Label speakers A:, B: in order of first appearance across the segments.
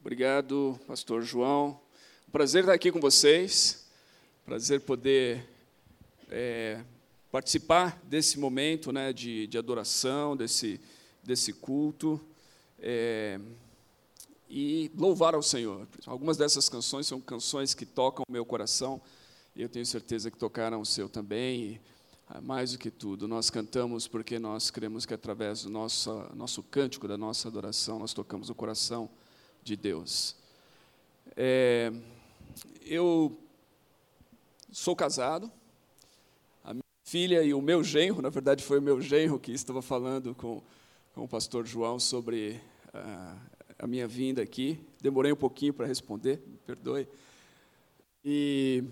A: Obrigado, pastor João. Prazer estar aqui com vocês. Prazer poder participar desse momento, né, de adoração, desse culto, e louvar ao Senhor. Algumas dessas canções são canções que tocam o meu coração, e eu tenho certeza que tocaram o seu também. E, mais do que tudo, nós cantamos porque nós cremos que através do nosso cântico, da nossa adoração, nós tocamos o coração de Deus. Eu sou casado, a minha filha e o meu genro, na verdade foi o meu genro que estava falando com o pastor João sobre a minha vinda aqui. Demorei um pouquinho para responder, me perdoe. E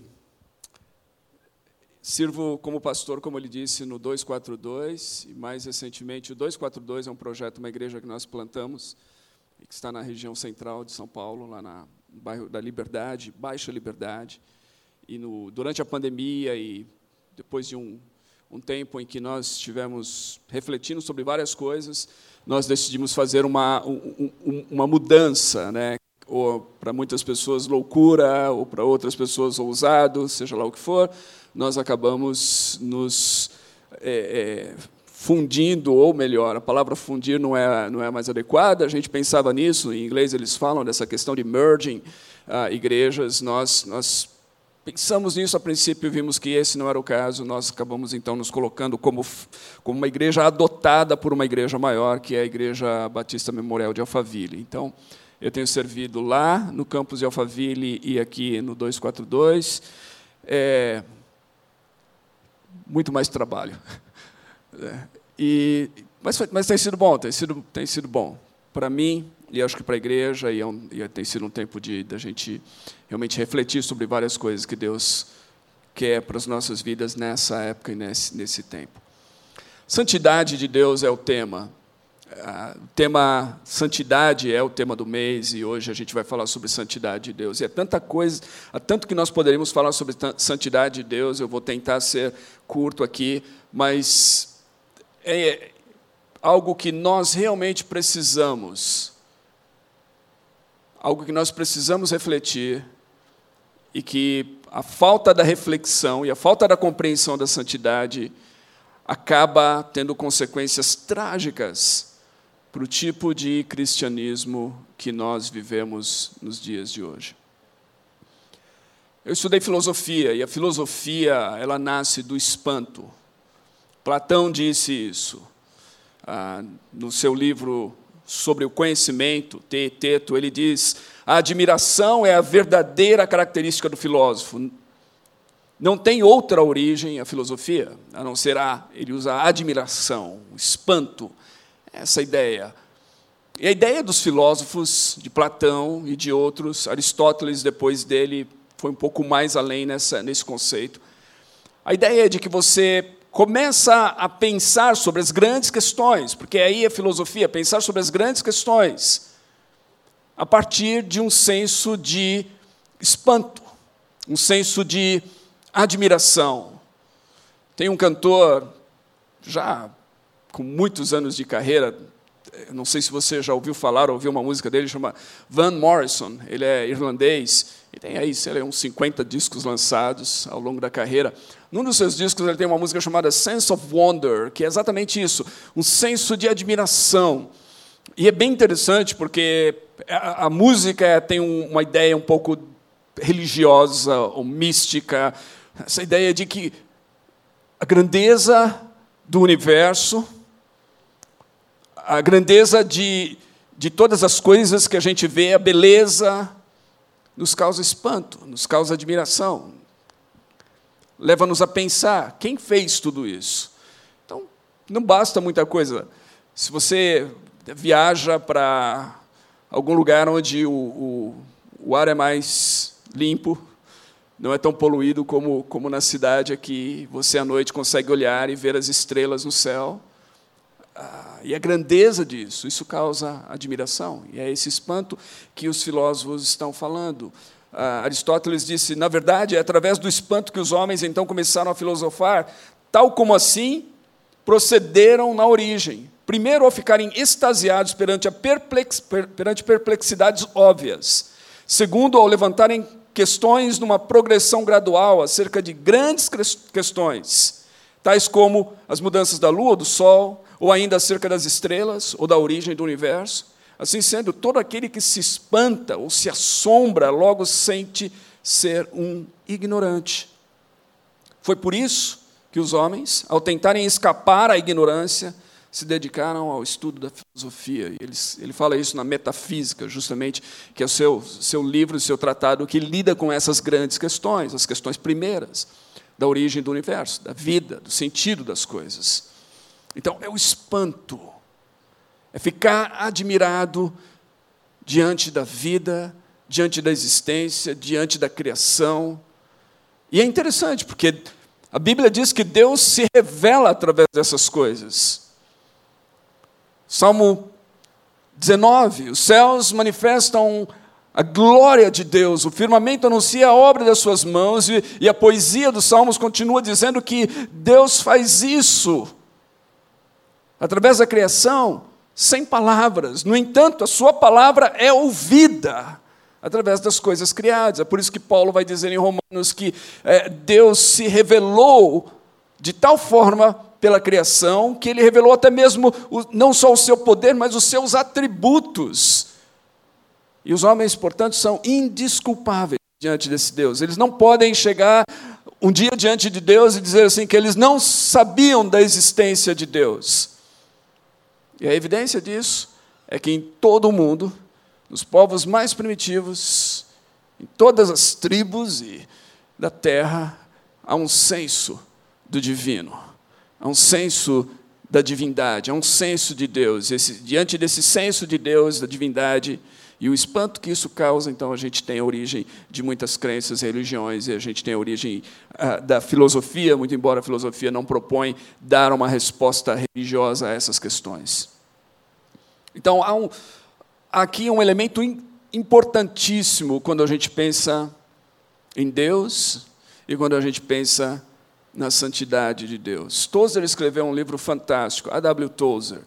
A: sirvo como pastor, como ele disse, no 242, e mais recentemente o 242 é um projeto, uma igreja que nós plantamos, que está na região central de São Paulo, lá no bairro da Liberdade, Baixa Liberdade. E durante a pandemia e depois de um tempo em que nós estivemos refletindo sobre várias coisas, nós decidimos fazer uma mudança, né? Ou para muitas pessoas loucura, ou para outras pessoas ousado, seja lá o que for. Nós acabamos nos fundindo, ou melhor, a palavra fundir não é mais adequada, a gente pensava nisso, em inglês eles falam dessa questão de merging igrejas, nós pensamos nisso a princípio e vimos que esse não era o caso, nós acabamos então nos colocando como uma igreja adotada por uma igreja maior, que é a Igreja Batista Memorial de Alphaville. Então, eu tenho servido lá no campus de Alphaville e aqui no 242, muito mais trabalho. Mas tem sido bom, tem sido bom para mim e acho que para a igreja, e tem sido um tempo da gente realmente refletir sobre várias coisas que Deus quer para as nossas vidas nessa época e nesse tempo. Santidade de Deus é o tema. O tema santidade é o tema do mês, e hoje a gente vai falar sobre santidade de Deus. E é tanta coisa, há tanto que nós poderíamos falar sobre santidade de Deus, eu vou tentar ser curto aqui, mas é algo que nós realmente precisamos, algo que nós precisamos refletir, e que a falta da reflexão e a falta da compreensão da santidade acaba tendo consequências trágicas para o tipo de cristianismo que nós vivemos nos dias de hoje. Eu estudei filosofia, e a filosofia ela nasce do espanto. Platão disse isso. No seu livro sobre o conhecimento, Teeteto, ele diz: a admiração é a verdadeira característica do filósofo. Não tem outra origem a filosofia, a não ser ele usa a admiração, o espanto, essa ideia. E a ideia dos filósofos, de Platão e de outros, Aristóteles, depois dele, foi um pouco mais além nesse conceito. A ideia é de que você começa a pensar sobre as grandes questões, porque aí a filosofia, pensar sobre as grandes questões, a partir de um senso de espanto, um senso de admiração. Tem um cantor, já com muitos anos de carreira, não sei se você já ouviu falar, ouviu uma música dele, chama Van Morrison, ele é irlandês, e tem aí, sei lá, uns 50 discos lançados ao longo da carreira. Num dos seus discos ele tem uma música chamada Sense of Wonder, que é exatamente isso, um senso de admiração. E é bem interessante, porque a música tem uma ideia um pouco religiosa ou mística, essa ideia de que a grandeza do universo, a grandeza de todas as coisas que a gente vê, a beleza, nos causa espanto, nos causa admiração. Leva-nos a pensar, quem fez tudo isso? Então, não basta muita coisa. Se você viaja para algum lugar onde o ar é mais limpo, não é tão poluído como na cidade aqui, você à noite consegue olhar e ver as estrelas no céu, e a grandeza disso, isso causa admiração, e é esse espanto que os filósofos estão falando. Aristóteles disse, na verdade, é através do espanto que os homens então começaram a filosofar, tal como assim, procederam na origem. Primeiro, ao ficarem extasiados perante perplexidades óbvias. Segundo, ao levantarem questões numa progressão gradual acerca de grandes questões, tais como as mudanças da lua, do sol, ou ainda acerca das estrelas, ou da origem do universo. Assim sendo, todo aquele que se espanta ou se assombra, logo sente ser um ignorante. Foi por isso que os homens, ao tentarem escapar à ignorância, se dedicaram ao estudo da filosofia. Ele fala isso na Metafísica, justamente, que é o seu livro, o seu tratado, que lida com essas grandes questões, as questões primeiras, da origem do universo, da vida, do sentido das coisas. Então, é o espanto, é ficar admirado diante da vida, diante da existência, diante da criação. E é interessante, porque a Bíblia diz que Deus se revela através dessas coisas. Salmo 19, os céus manifestam a glória de Deus, o firmamento anuncia a obra das suas mãos, e a poesia dos Salmos continua dizendo que Deus faz isso através da criação, sem palavras. No entanto, a sua palavra é ouvida através das coisas criadas. É por isso que Paulo vai dizer em Romanos que Deus se revelou de tal forma pela criação, que ele revelou até mesmo não só o seu poder, mas os seus atributos. E os homens, portanto, são indesculpáveis diante desse Deus. Eles não podem chegar um dia diante de Deus e dizer assim que eles não sabiam da existência de Deus. E a evidência disso é que em todo o mundo, nos povos mais primitivos, em todas as tribos da terra, há um senso do divino. Há um senso da divindade, há um senso de Deus. Diante desse senso de Deus, da divindade, e o espanto que isso causa, então a gente tem a origem de muitas crenças e religiões, e a gente tem a origem da filosofia, muito embora a filosofia não propõe dar uma resposta religiosa a essas questões. Então, há aqui um elemento importantíssimo quando a gente pensa em Deus e quando a gente pensa na santidade de Deus. Tozer escreveu um livro fantástico, A.W. Tozer.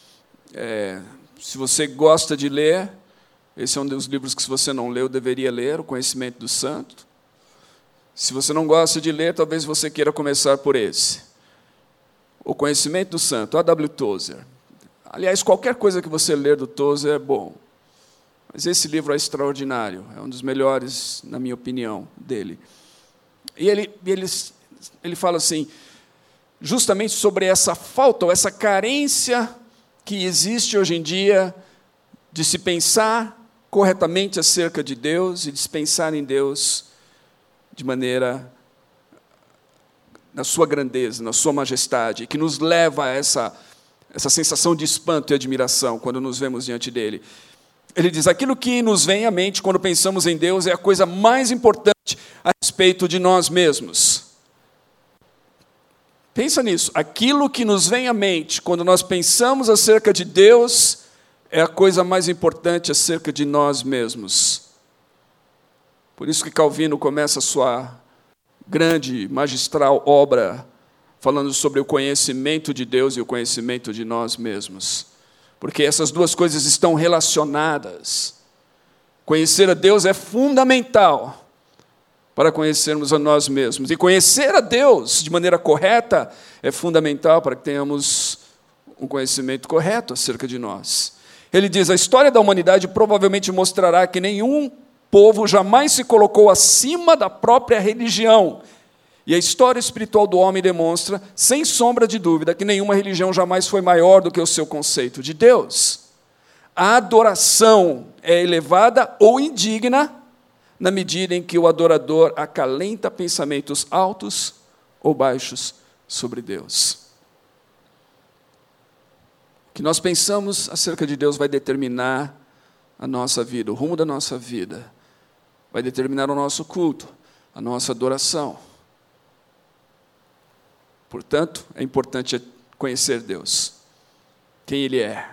A: Se você gosta de ler, esse é um dos livros que, se você não leu, deveria ler, O Conhecimento do Santo. Se você não gosta de ler, talvez você queira começar por esse. O Conhecimento do Santo, A.W. Tozer. Aliás, qualquer coisa que você ler do Tozer é bom. Mas esse livro é extraordinário, é um dos melhores, na minha opinião, dele. E ele fala assim, justamente sobre essa falta, ou essa carência que existe hoje em dia de se pensar corretamente acerca de Deus e de se pensar em Deus de maneira, na sua grandeza, na sua majestade, que nos leva a essa sensação de espanto e admiração quando nos vemos diante dele. Ele diz, aquilo que nos vem à mente quando pensamos em Deus é a coisa mais importante a respeito de nós mesmos. Pensa nisso. Aquilo que nos vem à mente quando nós pensamos acerca de Deus é a coisa mais importante acerca de nós mesmos. Por isso que Calvino começa a sua grande, magistral obra falando sobre o conhecimento de Deus e o conhecimento de nós mesmos. Porque essas duas coisas estão relacionadas. Conhecer a Deus é fundamental para conhecermos a nós mesmos. E conhecer a Deus de maneira correta é fundamental para que tenhamos um conhecimento correto acerca de nós. Ele diz, a história da humanidade provavelmente mostrará que nenhum povo jamais se colocou acima da própria religião. E a história espiritual do homem demonstra, sem sombra de dúvida, que nenhuma religião jamais foi maior do que o seu conceito de Deus. A adoração é elevada ou indigna na medida em que o adorador acalenta pensamentos altos ou baixos sobre Deus. O que nós pensamos acerca de Deus vai determinar a nossa vida, o rumo da nossa vida. Vai determinar o nosso culto, a nossa adoração. Portanto, é importante conhecer Deus, quem Ele é,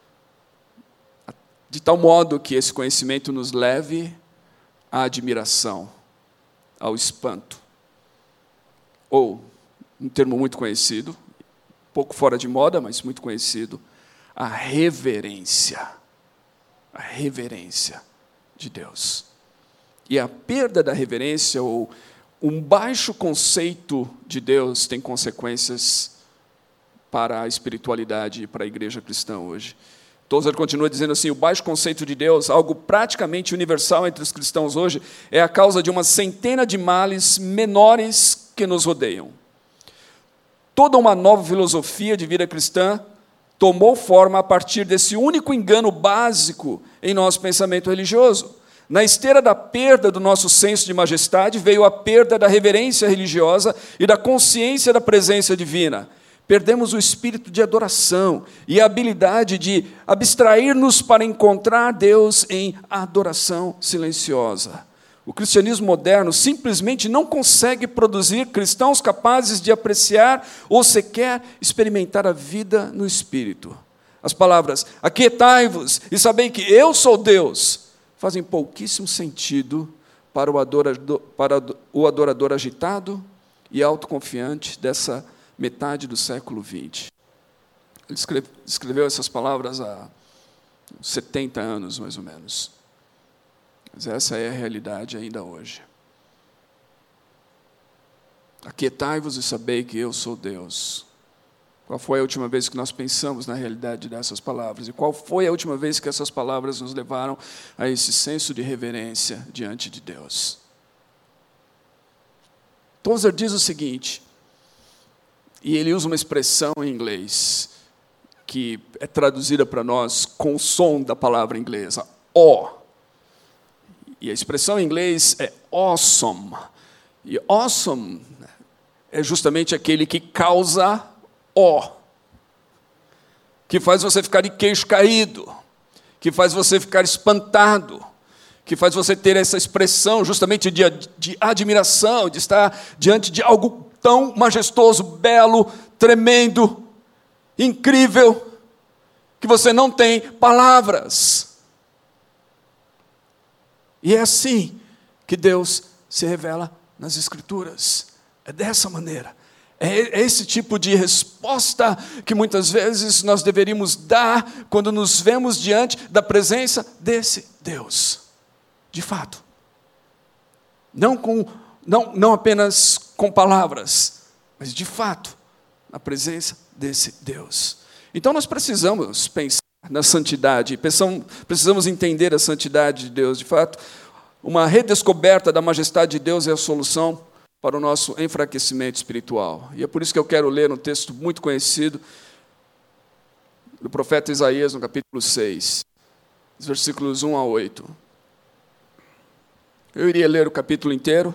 A: de tal modo que esse conhecimento nos leve à admiração, ao espanto. Ou, um termo muito conhecido, pouco fora de moda, mas muito conhecido, a reverência. A reverência de Deus. E a perda da reverência, ou um baixo conceito de Deus, tem consequências para a espiritualidade e para a igreja cristã hoje. Tozer continua dizendo assim: o baixo conceito de Deus, algo praticamente universal entre os cristãos hoje, é a causa de uma centena de males menores que nos rodeiam. Toda uma nova filosofia de vida cristã tomou forma a partir desse único engano básico em nosso pensamento religioso. Na esteira da perda do nosso senso de majestade, veio a perda da reverência religiosa e da consciência da presença divina. Perdemos o espírito de adoração e a habilidade de abstrair-nos para encontrar Deus em adoração silenciosa. O cristianismo moderno simplesmente não consegue produzir cristãos capazes de apreciar ou sequer experimentar a vida no espírito. As palavras aquietai-vos e sabei que eu sou Deus fazem pouquíssimo sentido para o adorador agitado e autoconfiante dessa metade do século XX. Ele escreveu essas palavras há 70 anos, mais ou menos. Mas essa é a realidade ainda hoje. Aquietai-vos e sabei que eu sou Deus. Qual foi a última vez que nós pensamos na realidade dessas palavras? E qual foi a última vez que essas palavras nos levaram a esse senso de reverência diante de Deus? Tozer diz o seguinte, e ele usa uma expressão em inglês, que é traduzida para nós com o som da palavra inglesa, ó. E a expressão em inglês é awesome. E awesome é justamente aquele que causa ó, que faz você ficar de queixo caído, que faz você ficar espantado, que faz você ter essa expressão justamente de admiração, de estar diante de algo tão majestoso, belo, tremendo, incrível, que você não tem palavras. E é assim que Deus se revela nas Escrituras. É dessa maneira. É esse tipo de resposta que muitas vezes nós deveríamos dar quando nos vemos diante da presença desse Deus. De fato. Não apenas com palavras, mas de fato, na presença desse Deus. Então nós precisamos pensar na santidade, precisamos entender a santidade de Deus. De fato, uma redescoberta da majestade de Deus é a solução para o nosso enfraquecimento espiritual. E é por isso que eu quero ler um texto muito conhecido do profeta Isaías, no capítulo 6, versículos 1 a 8. Eu iria ler o capítulo inteiro,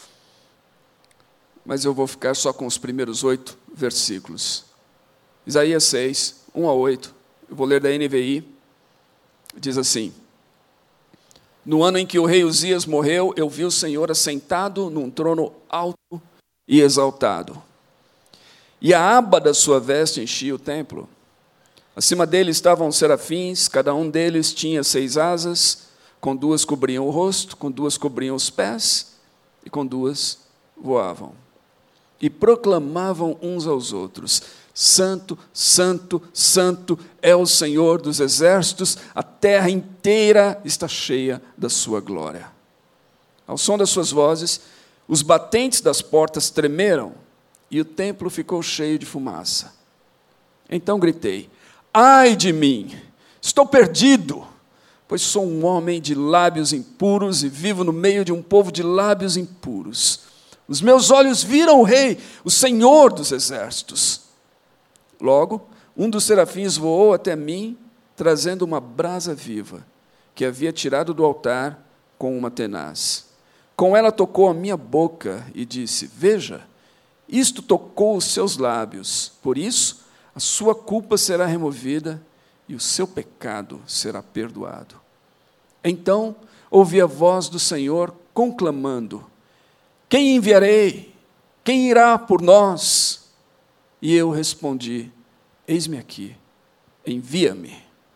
A: mas eu vou ficar só com os primeiros 8 versículos. Isaías 6, 1 a 8, eu vou ler da NVI, diz assim: no ano em que o rei Uzias morreu, eu vi o Senhor assentado num trono alto e exaltado. E a aba da sua veste enchia o templo. Acima dele estavam serafins, cada um deles tinha 6 asas, com 2 cobriam o rosto, com 2 cobriam os pés, e com 2 voavam. E proclamavam uns aos outros: Santo, Santo, Santo é o Senhor dos exércitos, a terra inteira está cheia da sua glória. Ao som das suas vozes, os batentes das portas tremeram e o templo ficou cheio de fumaça. Então gritei: ai de mim, estou perdido, pois sou um homem de lábios impuros e vivo no meio de um povo de lábios impuros. Os meus olhos viram o Rei, o Senhor dos exércitos. Logo, um dos serafins voou até mim, trazendo uma brasa viva, que havia tirado do altar com uma tenaz. Com ela tocou a minha boca e disse: veja, isto tocou os seus lábios, por isso a sua culpa será removida e o seu pecado será perdoado. Então ouvi a voz do Senhor conclamando: quem enviarei? Quem irá por nós? E eu respondi: eis-me aqui, envia-me.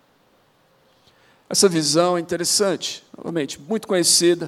A: Essa visão é interessante, novamente, muito conhecida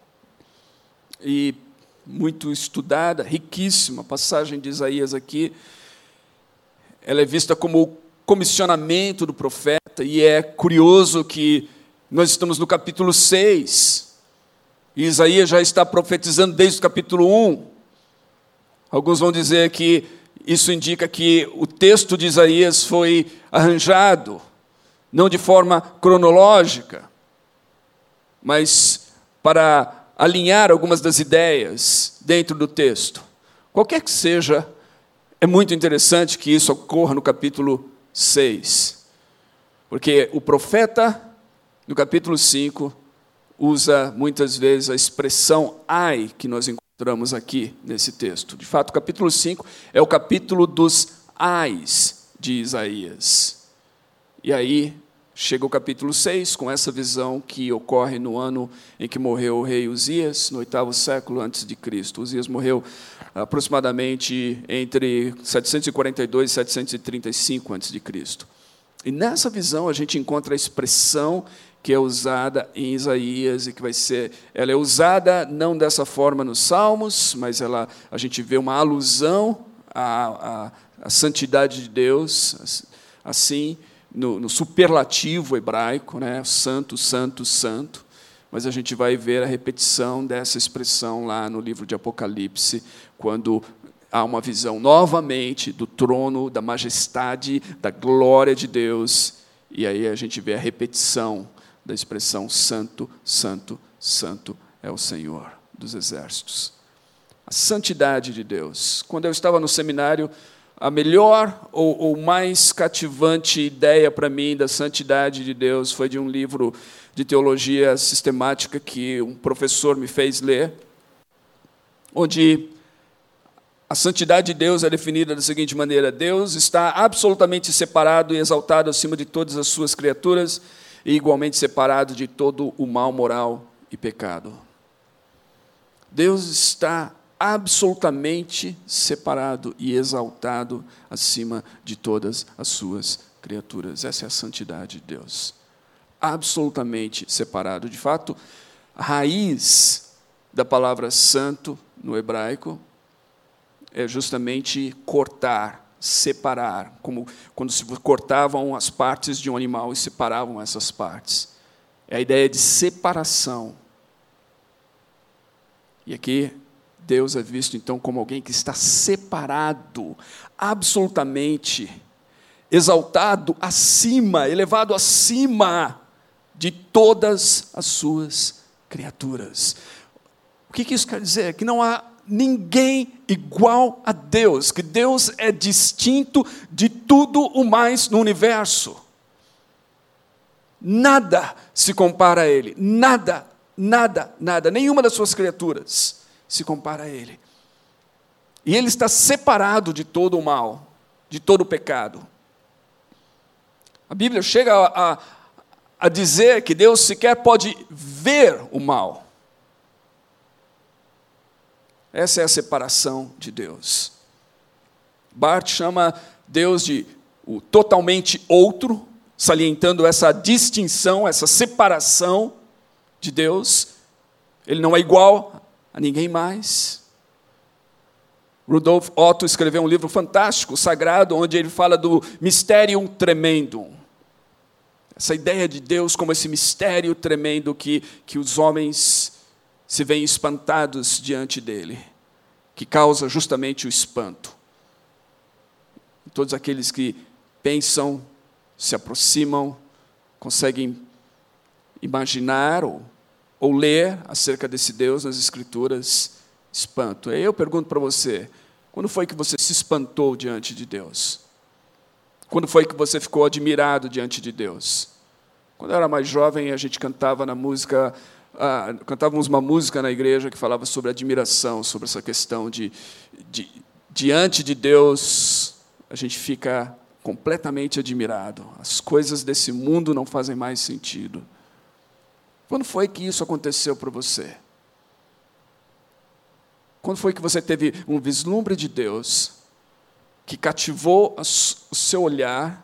A: e muito estudada, riquíssima. A passagem de Isaías aqui ela é vista como o comissionamento do profeta, e é curioso que nós estamos no capítulo 6, e Isaías já está profetizando desde o capítulo 1. Alguns vão dizer que isso indica que o texto de Isaías foi arranjado, não de forma cronológica, mas para alinhar algumas das ideias dentro do texto. Qualquer que seja, é muito interessante que isso ocorra no capítulo 6, porque o profeta, no capítulo 5, usa muitas vezes a expressão ai, que nós encontramos aqui nesse texto. De fato, o capítulo 5 é o capítulo dos ais de Isaías. E aí chega o capítulo 6, com essa visão que ocorre no ano em que morreu o rei Uzias, no 8º século antes de Cristo. Uzias morreu aproximadamente entre 742 e 735 antes de Cristo. E nessa visão a gente encontra a expressão que é usada em Isaías e que ela é usada não dessa forma nos Salmos, mas a gente vê uma alusão à santidade de Deus, assim, no superlativo hebraico, né? Santo, santo, santo. Mas a gente vai ver a repetição dessa expressão lá no livro de Apocalipse, quando há uma visão novamente do trono, da majestade, da glória de Deus, e aí a gente vê a repetição da expressão santo, santo, santo é o Senhor dos exércitos. A santidade de Deus. Quando eu estava no seminário, a melhor ou mais cativante ideia para mim da santidade de Deus foi de um livro de teologia sistemática que um professor me fez ler, onde a santidade de Deus é definida da seguinte maneira: Deus está absolutamente separado e exaltado acima de todas as suas criaturas e igualmente separado de todo o mal moral e pecado. Deus está absolutamente separado e exaltado acima de todas as suas criaturas. Essa é a santidade de Deus. Absolutamente separado. De fato, a raiz da palavra santo no hebraico é justamente cortar, separar, como quando se cortavam as partes de um animal e separavam essas partes. É a ideia de separação. E aqui Deus é visto então como alguém que está separado, absolutamente, exaltado acima, elevado acima de todas as suas criaturas. O que isso quer dizer? Que não há ninguém igual a Deus, que Deus é distinto de tudo o mais no universo. Nada se compara a Ele, nada, nada, nada, nenhuma das suas criaturas se compara a Ele. E Ele está separado de todo o mal, de todo o pecado. A Bíblia chega a dizer que Deus sequer pode ver o mal. Essa é a separação de Deus. Barth chama Deus de o totalmente outro, salientando essa distinção, essa separação de Deus. Ele não é igual a ninguém mais. Rudolf Otto escreveu um livro fantástico, sagrado, onde ele fala do Mysterium Tremendum. Essa ideia de Deus como esse mistério tremendo que os homens se veem espantados diante dele, que causa justamente o espanto. Todos aqueles que pensam, se aproximam, conseguem imaginar ou ler acerca desse Deus nas Escrituras, espanto. Aí eu pergunto para você, quando foi que você se espantou diante de Deus? Quando foi que você ficou admirado diante de Deus? Quando eu era mais jovem, a gente cantávamos uma música na igreja que falava sobre admiração, sobre essa questão de diante de Deus, a gente fica completamente admirado. As coisas desse mundo não fazem mais sentido. Quando foi que isso aconteceu para você? Quando foi que você teve um vislumbre de Deus que cativou o seu olhar,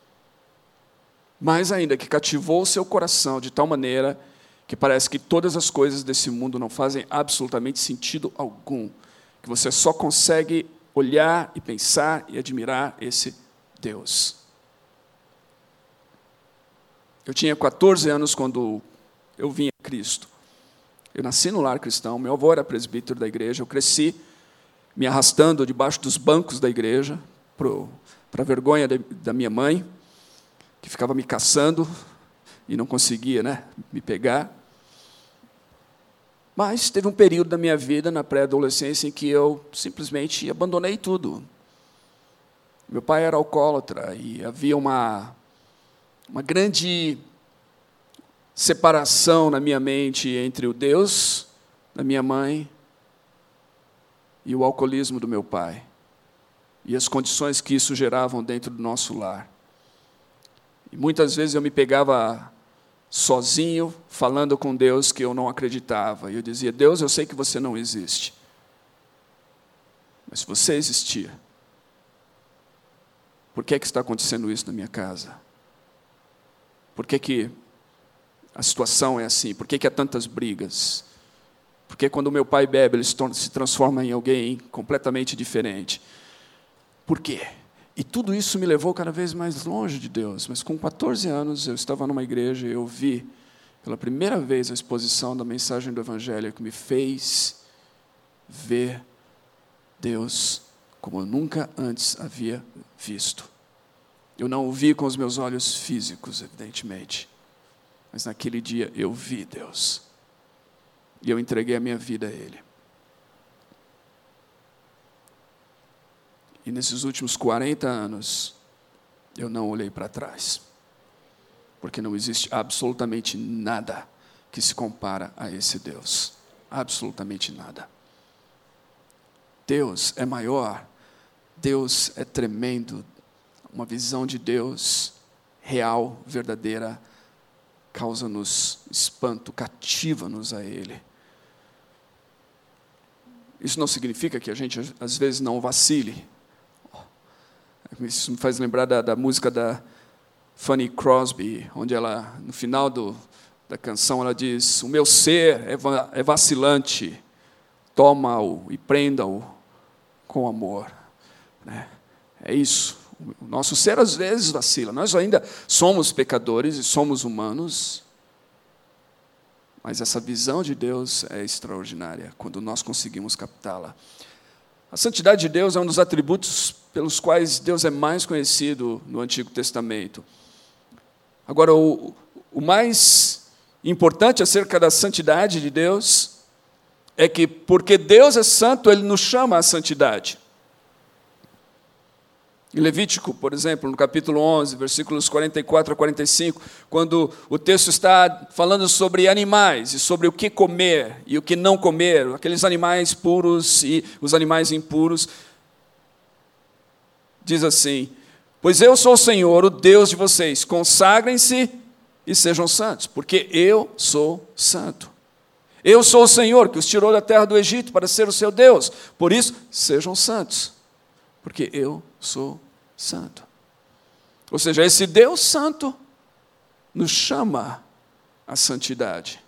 A: mais ainda, que cativou o seu coração de tal maneira que parece que todas as coisas desse mundo não fazem absolutamente sentido algum, que você só consegue olhar e pensar e admirar esse Deus. Eu tinha 14 anos quando eu vim a Cristo. Eu nasci no lar cristão, meu avô era presbítero da igreja, eu cresci me arrastando debaixo dos bancos da igreja, para a vergonha da minha mãe, que ficava me caçando e não conseguia, me pegar. Mas teve um período da minha vida, na pré-adolescência, em que eu simplesmente abandonei tudo. Meu pai era alcoólatra e havia uma grande separação na minha mente entre o Deus da minha mãe e o alcoolismo do meu pai, e as condições que isso geravam dentro do nosso lar. E muitas vezes eu me pegava sozinho, falando com Deus que eu não acreditava. E eu dizia: Deus, eu sei que você não existe, mas se você existir, por que está acontecendo isso na minha casa? Por que a situação é assim? Por que há tantas brigas? Porque quando o meu pai bebe, ele se transforma em alguém completamente diferente. Por quê? E tudo isso me levou cada vez mais longe de Deus. Mas com 14 anos, eu estava numa igreja e eu vi, pela primeira vez, a exposição da mensagem do Evangelho que me fez ver Deus como eu nunca antes havia visto. Eu não o vi com os meus olhos físicos, evidentemente, mas naquele dia eu vi Deus. E eu entreguei a minha vida a Ele. E nesses últimos 40 anos, eu não olhei para trás. Porque não existe absolutamente nada que se compara a esse Deus. Absolutamente nada. Deus é maior. Deus é tremendo. Uma visão de Deus real, verdadeira, causa-nos espanto, cativa-nos a Ele. Isso não significa que a gente, às vezes, não vacile. Isso me faz lembrar da música da Fanny Crosby, onde ela, no final da canção, ela diz: o meu ser é vacilante, toma-o e prenda-o com amor. É isso. O nosso ser, às vezes, vacila. Nós ainda somos pecadores e somos humanos, mas essa visão de Deus é extraordinária, quando nós conseguimos captá-la. A santidade de Deus é um dos atributos pelos quais Deus é mais conhecido no Antigo Testamento. Agora, o mais importante acerca da santidade de Deus é que, porque Deus é santo, Ele nos chama à santidade. Em Levítico, por exemplo, no capítulo 11, versículos 44 a 45, quando o texto está falando sobre animais, e sobre o que comer e o que não comer, aqueles animais puros e os animais impuros, diz assim: pois eu sou o Senhor, o Deus de vocês, consagrem-se e sejam santos, porque eu sou santo. Eu sou o Senhor, que os tirou da terra do Egito para ser o seu Deus, por isso, sejam santos, porque eu sou santo. Ou seja, esse Deus santo nos chama à santidade.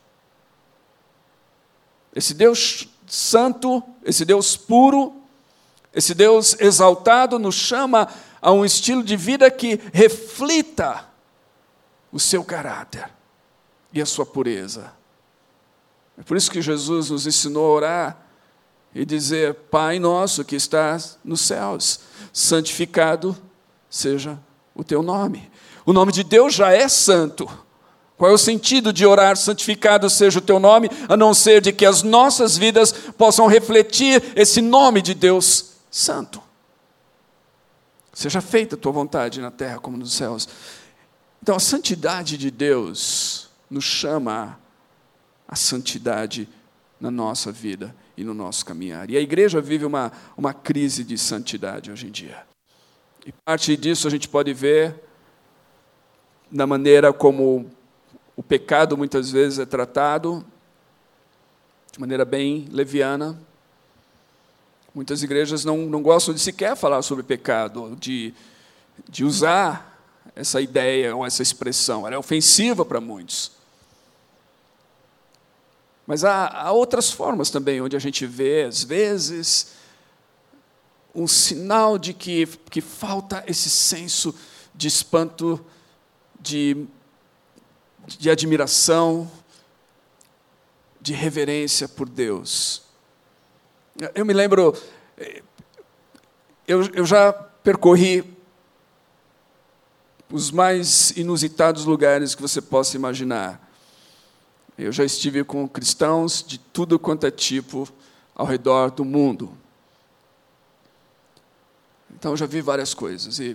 A: Esse Deus santo, esse Deus puro, esse Deus exaltado nos chama a um estilo de vida que reflita o seu caráter e a sua pureza. É por isso que Jesus nos ensinou a orar e dizer: Pai nosso que estás nos céus, santificado seja o teu nome. O nome de Deus já é santo. Qual é o sentido de orar: santificado seja o teu nome, a não ser de que as nossas vidas possam refletir esse nome de Deus santo? Seja feita a tua vontade na terra como nos céus. Então, a santidade de Deus nos chama à santidade na nossa vida e no nosso caminhar. E a igreja vive uma crise de santidade hoje em dia. E parte disso a gente pode ver na maneira como o pecado muitas vezes é tratado, de maneira bem leviana. Muitas igrejas não gostam de sequer falar sobre pecado, de usar essa ideia ou essa expressão. Ela é ofensiva para muitos. Mas há outras formas também, onde a gente vê, às vezes, um sinal de que falta esse senso de espanto, de admiração, de reverência por Deus. Eu me lembro, eu já percorri os mais inusitados lugares que você possa imaginar. Eu já estive com cristãos de tudo quanto é tipo ao redor do mundo. Então, eu já vi várias coisas. E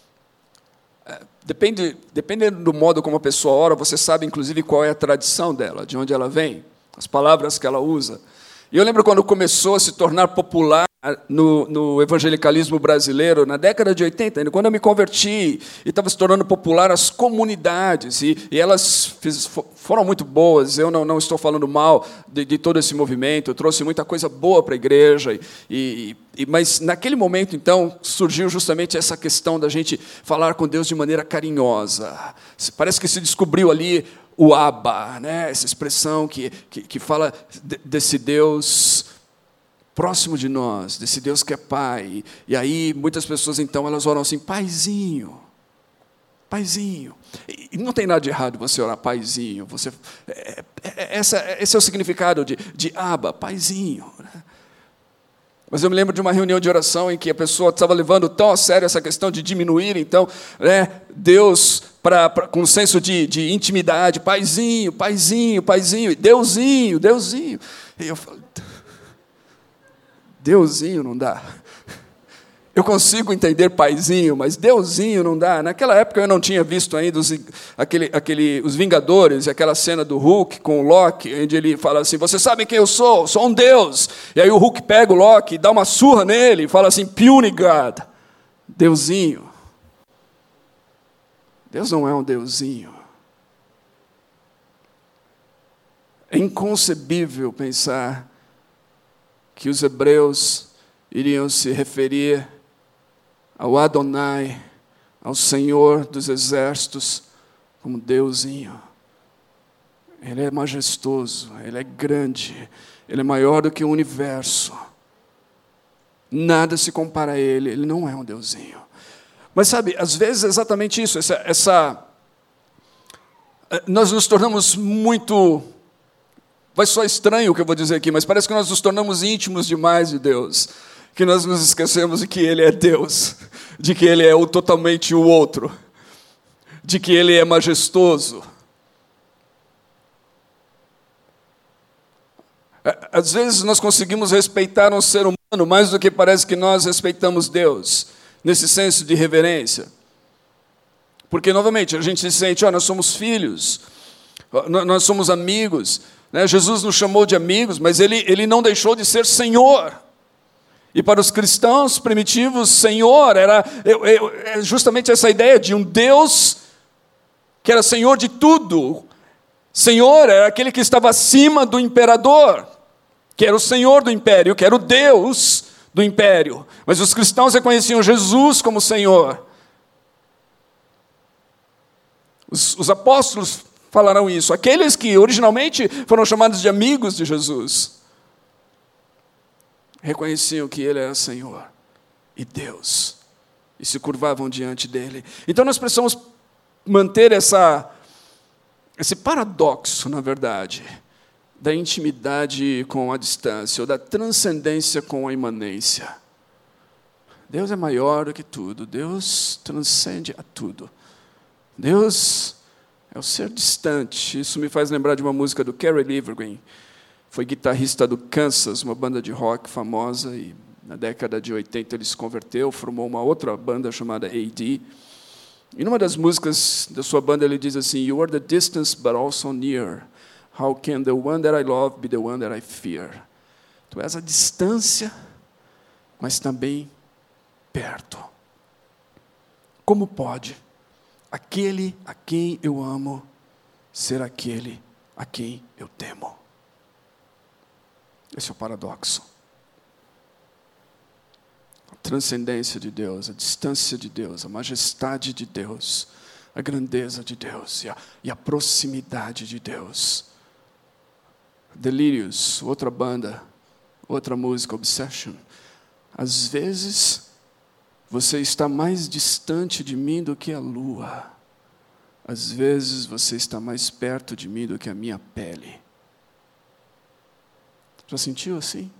A: dependendo do modo como a pessoa ora, você sabe, inclusive, qual é a tradição dela, de onde ela vem, as palavras que ela usa. E eu lembro quando começou a se tornar popular no evangelicalismo brasileiro, na década de 80, quando eu me converti e estava se tornando popular as comunidades, e elas foram muito boas. Eu não estou falando mal de todo esse movimento, eu trouxe muita coisa boa para a igreja, mas naquele momento, então, surgiu justamente essa questão da gente falar com Deus de maneira carinhosa. Parece que se descobriu ali o Abba, né? Essa expressão que fala desse Deus próximo de nós, desse Deus que é Pai. E aí, muitas pessoas, então, elas oram assim, Paizinho, Paizinho. E não tem nada de errado você orar Paizinho. Esse é o significado de Abba, Paizinho. Né? Mas eu me lembro de uma reunião de oração em que a pessoa estava levando tão a sério essa questão de diminuir, então, né, Deus com um senso de intimidade, Paizinho, Paizinho, Paizinho, Deusinho, Deusinho. E eu falo, Deusinho não dá. Eu consigo entender Paizinho, mas Deusinho não dá. Naquela época eu não tinha visto ainda os Vingadores, aquela cena do Hulk com o Loki, onde ele fala assim, você sabe quem eu sou? Sou um Deus. E aí o Hulk pega o Loki, dá uma surra nele e fala assim, puny God, Deusinho. Deus não é um Deusinho. É inconcebível pensar que os hebreus iriam se referir ao Adonai, ao Senhor dos exércitos, como Deusinho. Ele é majestoso, Ele é grande, Ele é maior do que o universo. Nada se compara a Ele, Ele não é um Deusinho. Mas sabe, às vezes é exatamente isso, nós nos tornamos muito... Vai soar estranho o que eu vou dizer aqui, mas parece que nós nos tornamos íntimos demais de Deus, que nós nos esquecemos de que Ele é Deus, de que Ele é totalmente o outro, de que Ele é majestoso. Às vezes nós conseguimos respeitar um ser humano mais do que parece que nós respeitamos Deus, nesse senso de reverência. Porque, novamente, a gente se sente, nós somos filhos, nós somos amigos, né? Jesus nos chamou de amigos, mas ele não deixou de ser Senhor. E para os cristãos primitivos, Senhor era justamente essa ideia de um Deus que era Senhor de tudo. Senhor era aquele que estava acima do imperador, que era o Senhor do império, que era o Deus do império. Mas os cristãos reconheciam Jesus como Senhor. Os apóstolos falarão isso. Aqueles que originalmente foram chamados de amigos de Jesus reconheciam que Ele era Senhor e Deus e se curvavam diante dEle. Então nós precisamos manter esse paradoxo, na verdade, da intimidade com a distância, ou da transcendência com a imanência. Deus é maior do que tudo, Deus transcende a tudo. Deus é o ser distante. Isso me faz lembrar de uma música do Kerry Livgren. Foi guitarrista do Kansas, uma banda de rock famosa, e na década de 80 ele se converteu, formou uma outra banda chamada A.D. E numa das músicas da sua banda ele diz assim, You are the distance but also near. How can the one that I love be the one that I fear? Tu és a distância, mas também perto. Como pode aquele a quem eu amo ser aquele a quem eu temo? Esse é o paradoxo. A transcendência de Deus, a distância de Deus, a majestade de Deus, a grandeza de Deus e a proximidade de Deus. Delirious, outra banda, outra música, Obsession. Às vezes, você está mais distante de mim do que a lua. Às vezes, você está mais perto de mim do que a minha pele. Já sentiu assim?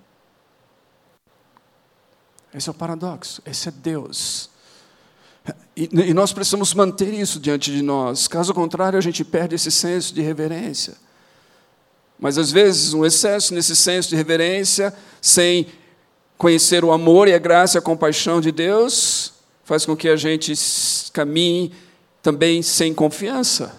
A: Esse é o paradoxo. Esse é Deus. E nós precisamos manter isso diante de nós. Caso contrário, a gente perde esse senso de reverência. Mas, às vezes, um excesso nesse senso de reverência, sem conhecer o amor e a graça e a compaixão de Deus, faz com que a gente caminhe também sem confiança.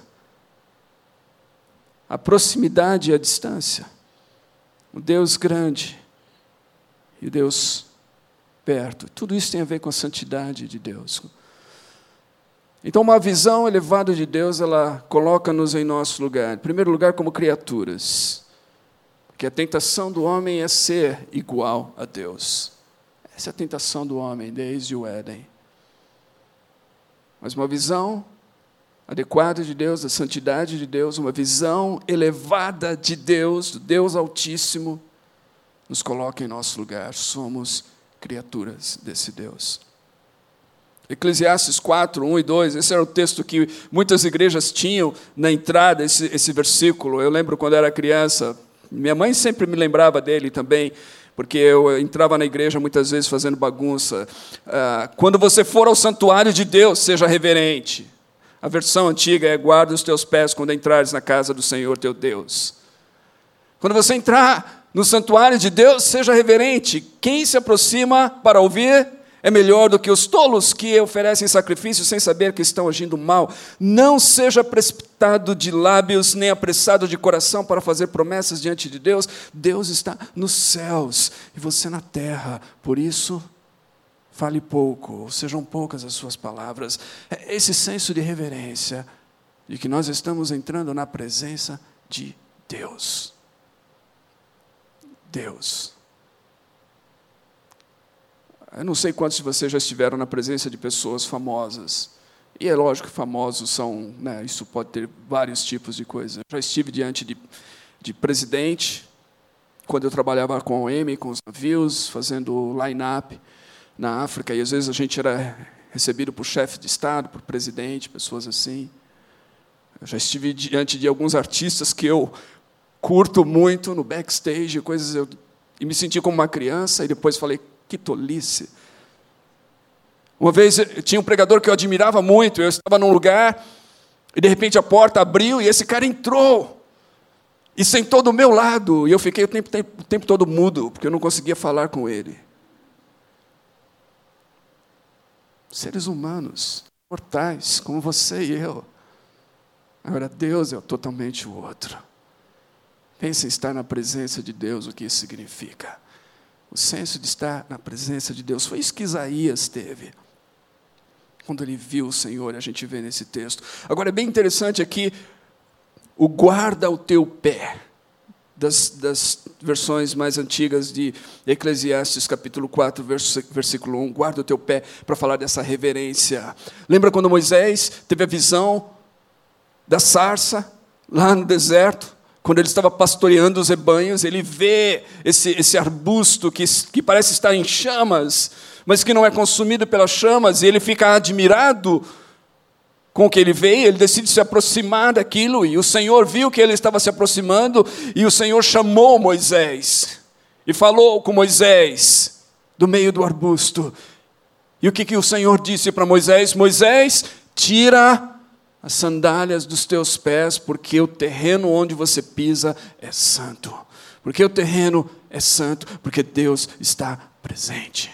A: A proximidade e a distância. O Deus grande e o Deus perto. Tudo isso tem a ver com a santidade de Deus. Então, uma visão elevada de Deus, ela coloca-nos em nosso lugar. Em primeiro lugar, como criaturas. Porque a tentação do homem é ser igual a Deus. Essa é a tentação do homem, desde o Éden. Mas uma visão adequada de Deus, da santidade de Deus, uma visão elevada de Deus, do Deus Altíssimo, nos coloca em nosso lugar. Somos criaturas desse Deus. Eclesiastes 4, 1 e 2, esse era o texto que muitas igrejas tinham na entrada, esse versículo. Eu lembro quando era criança, minha mãe sempre me lembrava dele também, porque eu entrava na igreja muitas vezes fazendo bagunça. Quando você for ao santuário de Deus, seja reverente. A versão antiga é: guarda os teus pés quando entrares na casa do Senhor teu Deus. Quando você entrar no santuário de Deus, seja reverente. Quem se aproxima para ouvir é melhor do que os tolos que oferecem sacrifício sem saber que estão agindo mal. Não seja precipitado de lábios, nem apressado de coração para fazer promessas diante de Deus. Deus está nos céus e você na terra. Por isso, fale pouco, ou sejam poucas as suas palavras. Esse senso de reverência, de que nós estamos entrando na presença de Deus. Deus. Eu não sei quantos de vocês já estiveram na presença de pessoas famosas. E é lógico que famosos são, isso pode ter vários tipos de coisas. Eu já estive diante de presidente, quando eu trabalhava com a OEM, com os navios, fazendo line-up na África, e às vezes a gente era recebido por chefe de Estado, por presidente, pessoas assim. Eu já estive diante de alguns artistas que eu curto muito no backstage, e me senti como uma criança, e depois falei: que tolice. Uma vez tinha um pregador que eu admirava muito, eu estava num lugar, e de repente a porta abriu, e esse cara entrou, e sentou do meu lado, e eu fiquei o tempo todo mudo, porque eu não conseguia falar com ele. Seres humanos, mortais, como você e eu. Agora, Deus é totalmente o outro. Pense em estar na presença de Deus, o que isso significa. O senso de estar na presença de Deus. Foi isso que Isaías teve, quando ele viu o Senhor, a gente vê nesse texto. Agora, é bem interessante aqui, o guarda o teu pé, das versões mais antigas de Eclesiastes, capítulo 4, versículo 1, guarda o teu pé, para falar dessa reverência. Lembra quando Moisés teve a visão da sarça, lá no deserto? Quando ele estava pastoreando os rebanhos, ele vê esse arbusto que parece estar em chamas, mas que não é consumido pelas chamas, e ele fica admirado com o que ele vê, ele decide se aproximar daquilo, e o Senhor viu que ele estava se aproximando, e o Senhor chamou Moisés, e falou com Moisés, do meio do arbusto. E o que o Senhor disse para Moisés? Moisés, tira as sandálias dos teus pés, porque o terreno onde você pisa é santo. Porque o terreno é santo, porque Deus está presente.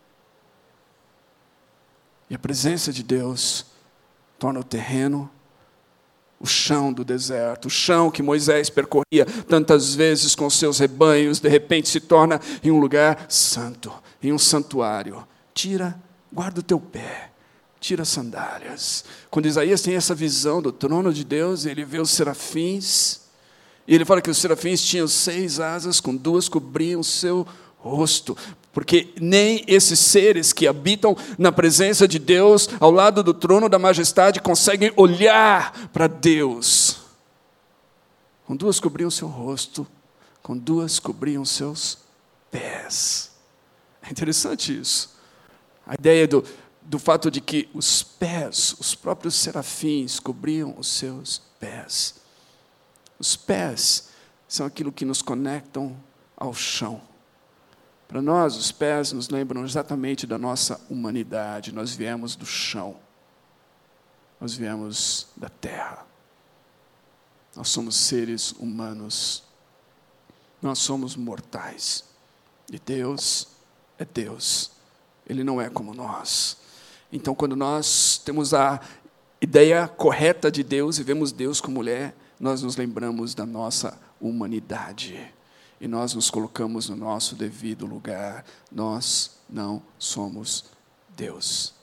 A: E a presença de Deus torna o terreno o chão do deserto, o chão que Moisés percorria tantas vezes com seus rebanhos, de repente se torna em um lugar santo, em um santuário. Guarda o teu pé. Tira as sandálias. Quando Isaías tem essa visão do trono de Deus, ele vê os serafins, e ele fala que os serafins tinham 6 asas, com 2 cobriam o seu rosto, porque nem esses seres que habitam na presença de Deus, ao lado do trono da majestade, conseguem olhar para Deus. Com 2 cobriam o seu rosto, com 2 cobriam seus pés. É interessante isso. A ideia do fato de que os pés, os próprios serafins, cobriam os seus pés. Os pés são aquilo que nos conectam ao chão. Para nós, os pés nos lembram exatamente da nossa humanidade. Nós viemos do chão. Nós viemos da terra. Nós somos seres humanos. Nós somos mortais. E Deus é Deus. Ele não é como nós. Então, quando nós temos a ideia correta de Deus e vemos Deus como mulher, nós nos lembramos da nossa humanidade. E nós nos colocamos no nosso devido lugar. Nós não somos Deus.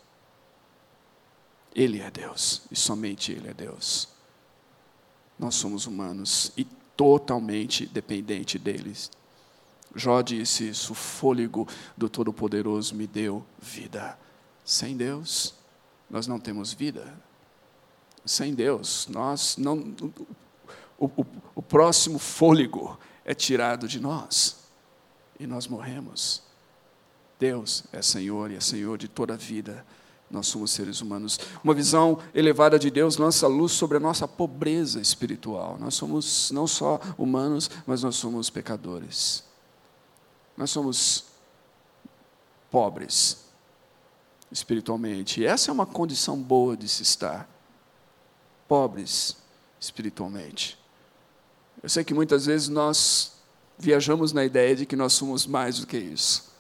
A: Ele é Deus, e somente Ele é Deus. Nós somos humanos e totalmente dependente deles. Jó disse isso: o fôlego do Todo-Poderoso me deu vida. Sem Deus, nós não temos vida. Sem Deus, nós não... O próximo fôlego é tirado de nós e nós morremos. Deus é Senhor e é Senhor de toda a vida. Nós somos seres humanos. Uma visão elevada de Deus lança luz sobre a nossa pobreza espiritual. Nós somos não só humanos, mas nós somos pecadores. Nós somos pobres espiritualmente. E essa é uma condição boa de se estar. Pobres espiritualmente. Eu sei que muitas vezes nós viajamos na ideia de que nós somos mais do que isso.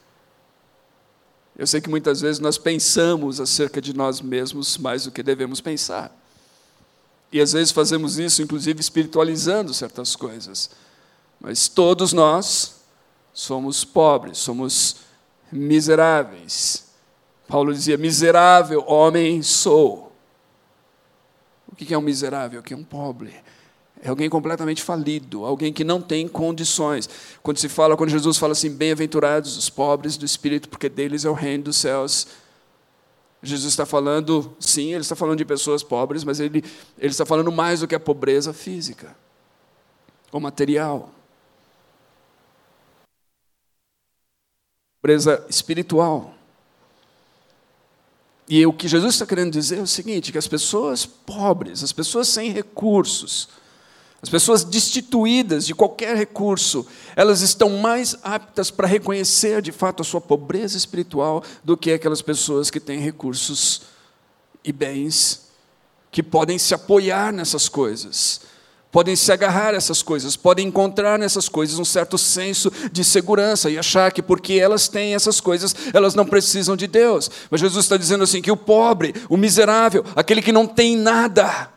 A: Eu sei que muitas vezes nós pensamos acerca de nós mesmos mais do que devemos pensar. E às vezes fazemos isso, inclusive, espiritualizando certas coisas. Mas todos nós somos pobres, somos miseráveis. Paulo dizia: miserável homem sou. O que é um miserável? O que é um pobre? É alguém completamente falido, alguém que não tem condições. Quando Jesus fala assim: bem-aventurados os pobres do espírito, porque deles é o reino dos céus. Jesus está falando, sim, ele está falando de pessoas pobres, mas ele está falando mais do que a pobreza física ou material. Pobreza espiritual. E o que Jesus está querendo dizer é o seguinte: que as pessoas pobres, as pessoas sem recursos, as pessoas destituídas de qualquer recurso, elas estão mais aptas para reconhecer de fato a sua pobreza espiritual do que aquelas pessoas que têm recursos e bens, que podem se apoiar nessas coisas, podem se agarrar a essas coisas, podem encontrar nessas coisas um certo senso de segurança e achar que porque elas têm essas coisas, elas não precisam de Deus. Mas Jesus está dizendo assim que o pobre, o miserável, aquele que não tem nada,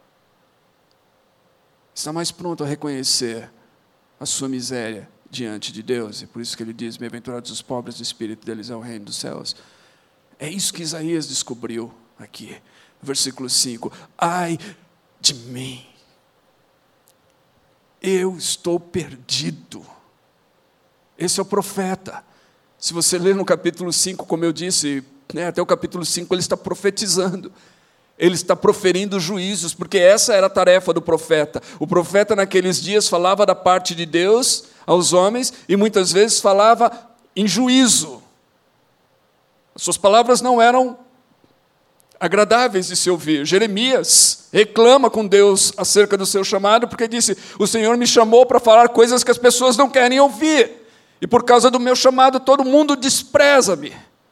A: está mais pronto a reconhecer a sua miséria diante de Deus. E por isso que ele diz: bem-aventurados os pobres do espírito, deles é o reino dos céus. É isso que Isaías descobriu aqui. Versículo 5. Ai de mim, eu estou perdido. Esse é o profeta. Se você ler no capítulo 5, como eu disse, até o capítulo 5 ele está profetizando. Ele está proferindo juízos, porque essa era a tarefa do profeta. O profeta naqueles dias falava da parte de Deus aos homens e muitas vezes falava em juízo. As suas palavras não eram agradáveis de se ouvir. Jeremias reclama com Deus acerca do seu chamado, porque disse: o Senhor me chamou para falar coisas que as pessoas não querem ouvir, e por causa do meu chamado todo mundo despreza-me.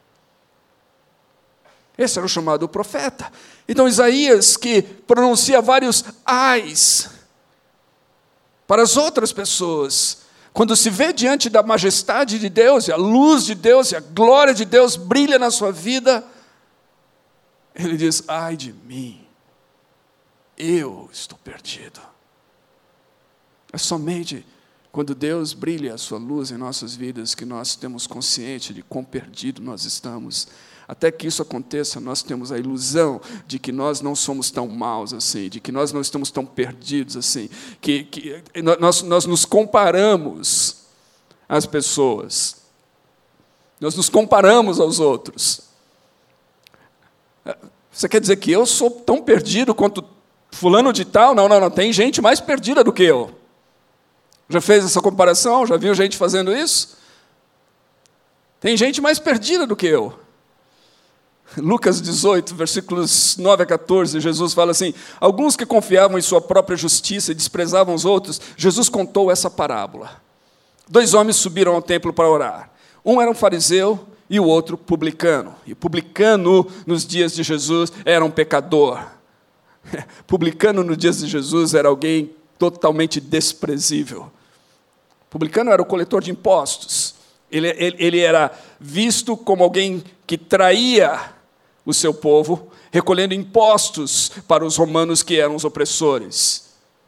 A: Esse era o chamado do profeta. Então Isaías, que pronuncia vários ais para as outras pessoas, quando se vê diante da majestade de Deus, e a luz de Deus, e a glória de Deus brilha na sua vida, ele diz: ai de mim, eu estou perdido. É somente quando Deus brilha a sua luz em nossas vidas que nós temos consciência de quão perdido nós estamos. Até que isso aconteça, nós temos a ilusão de que nós não somos tão maus assim, de que nós não estamos tão perdidos assim, que nós nos comparamos às pessoas, nós nos comparamos aos outros. Você quer dizer que eu sou tão perdido quanto fulano de tal? Não, tem gente mais perdida do que eu. Já fez essa comparação? Já viu gente fazendo isso? Tem gente mais perdida do que eu. Lucas 18, versículos 9 a 14, Jesus fala assim: alguns que confiavam em sua própria justiça e desprezavam os outros, Jesus contou essa parábola. 2 homens subiram ao templo para orar. Um era um fariseu e o outro publicano. E publicano, nos dias de Jesus, era um pecador. Publicano, nos dias de Jesus, era alguém totalmente desprezível. Publicano era o coletor de impostos. Ele era visto como alguém que traía o seu povo, recolhendo impostos para os romanos que eram os opressores.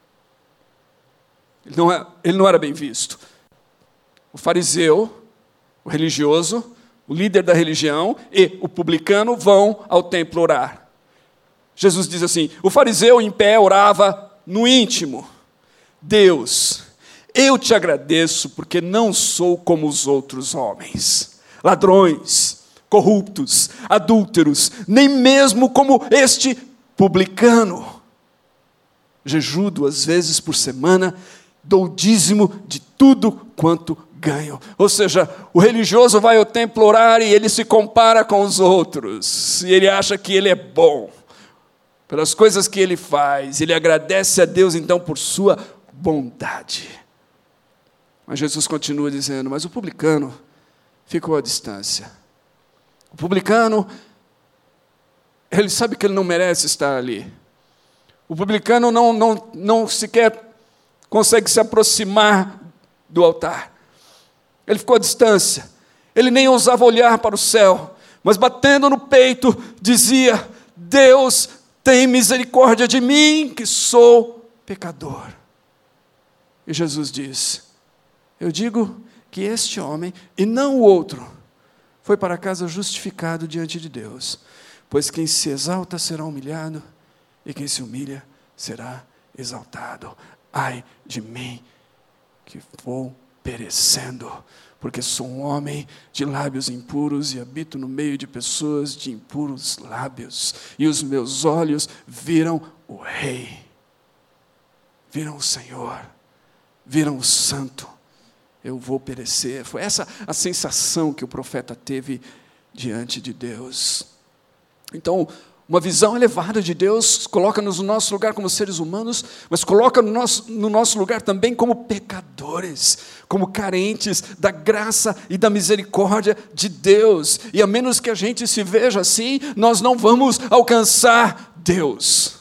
A: Ele não era bem visto. O fariseu, o religioso, o líder da religião e o publicano vão ao templo orar. Jesus diz assim: o fariseu em pé orava no íntimo: Deus, eu te agradeço porque não sou como os outros homens, ladrões, corruptos, adúlteros, nem mesmo como este publicano. Jejuo 2 vezes por semana, dou dízimo de tudo quanto ganho. Ou seja, o religioso vai ao templo orar e ele se compara com os outros, e ele acha que ele é bom pelas coisas que ele faz. Ele agradece a Deus então por sua bondade. Mas Jesus continua dizendo: mas o publicano ficou à distância. O publicano, ele sabe que ele não merece estar ali. O publicano não sequer consegue se aproximar do altar. Ele ficou à distância. Ele nem ousava olhar para o céu, mas batendo no peito dizia: Deus, tem misericórdia de mim, que sou pecador. E Jesus diz: eu digo que este homem, e não o outro, foi para casa justificado diante de Deus. Pois quem se exalta será humilhado, e quem se humilha será exaltado. Ai de mim, que vou perecendo, porque sou um homem de lábios impuros e habito no meio de pessoas de impuros lábios. E os meus olhos viram o Rei, viram o Senhor, viram o Santo. Eu vou perecer. Foi essa a sensação que o profeta teve diante de Deus. Então, uma visão elevada de Deus coloca-nos no nosso lugar como seres humanos, mas coloca no nosso lugar também como pecadores, como carentes da graça e da misericórdia de Deus. E a menos que a gente se veja assim, nós não vamos alcançar Deus.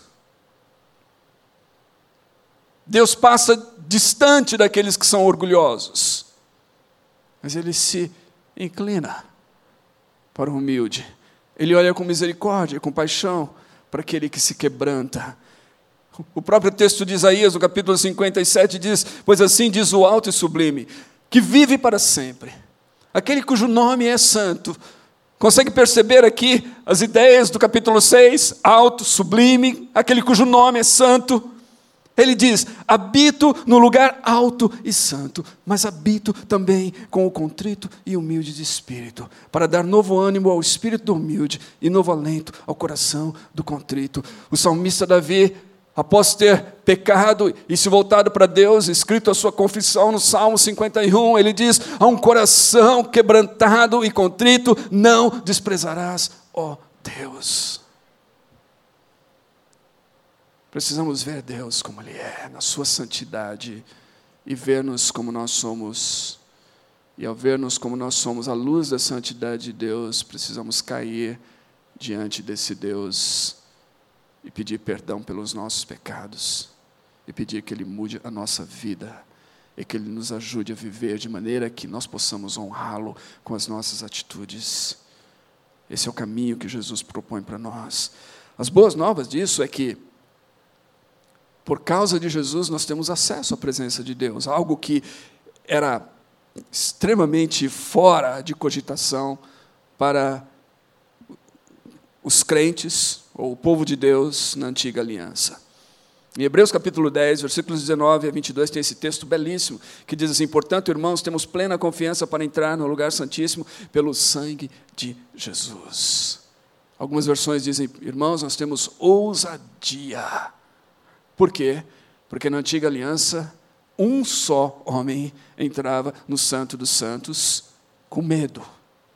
A: Deus passa distante daqueles que são orgulhosos, mas Ele se inclina para o humilde. Ele olha com misericórdia e compaixão para aquele que se quebranta. O próprio texto de Isaías, no capítulo 57, diz: pois assim diz o alto e sublime, que vive para sempre, aquele cujo nome é santo. Consegue perceber aqui as ideias do capítulo 6? Alto, sublime, aquele cujo nome é santo. Ele diz: habito no lugar alto e santo, mas habito também com o contrito e humilde de espírito, para dar novo ânimo ao espírito do humilde e novo alento ao coração do contrito. O salmista Davi, após ter pecado e se voltado para Deus, escrito a sua confissão no Salmo 51, ele diz: a um coração quebrantado e contrito não desprezarás, ó Deus. Precisamos ver Deus como Ele é, na sua santidade, e ver-nos como nós somos. E ao ver-nos como nós somos, à luz da santidade de Deus, precisamos cair diante desse Deus e pedir perdão pelos nossos pecados, e pedir que Ele mude a nossa vida, e que Ele nos ajude a viver de maneira que nós possamos honrá-lo com as nossas atitudes. Esse é o caminho que Jesus propõe para nós. As boas novas disso é que, por causa de Jesus, nós temos acesso à presença de Deus, algo que era extremamente fora de cogitação para os crentes, ou o povo de Deus, na antiga aliança. Em Hebreus capítulo 10, versículos 19 a 22, tem esse texto belíssimo, que diz assim: portanto, irmãos, temos plena confiança para entrar no lugar santíssimo pelo sangue de Jesus. Algumas versões dizem: irmãos, nós temos ousadia. Por quê? Porque na antiga aliança, um só homem entrava no Santo dos Santos com medo.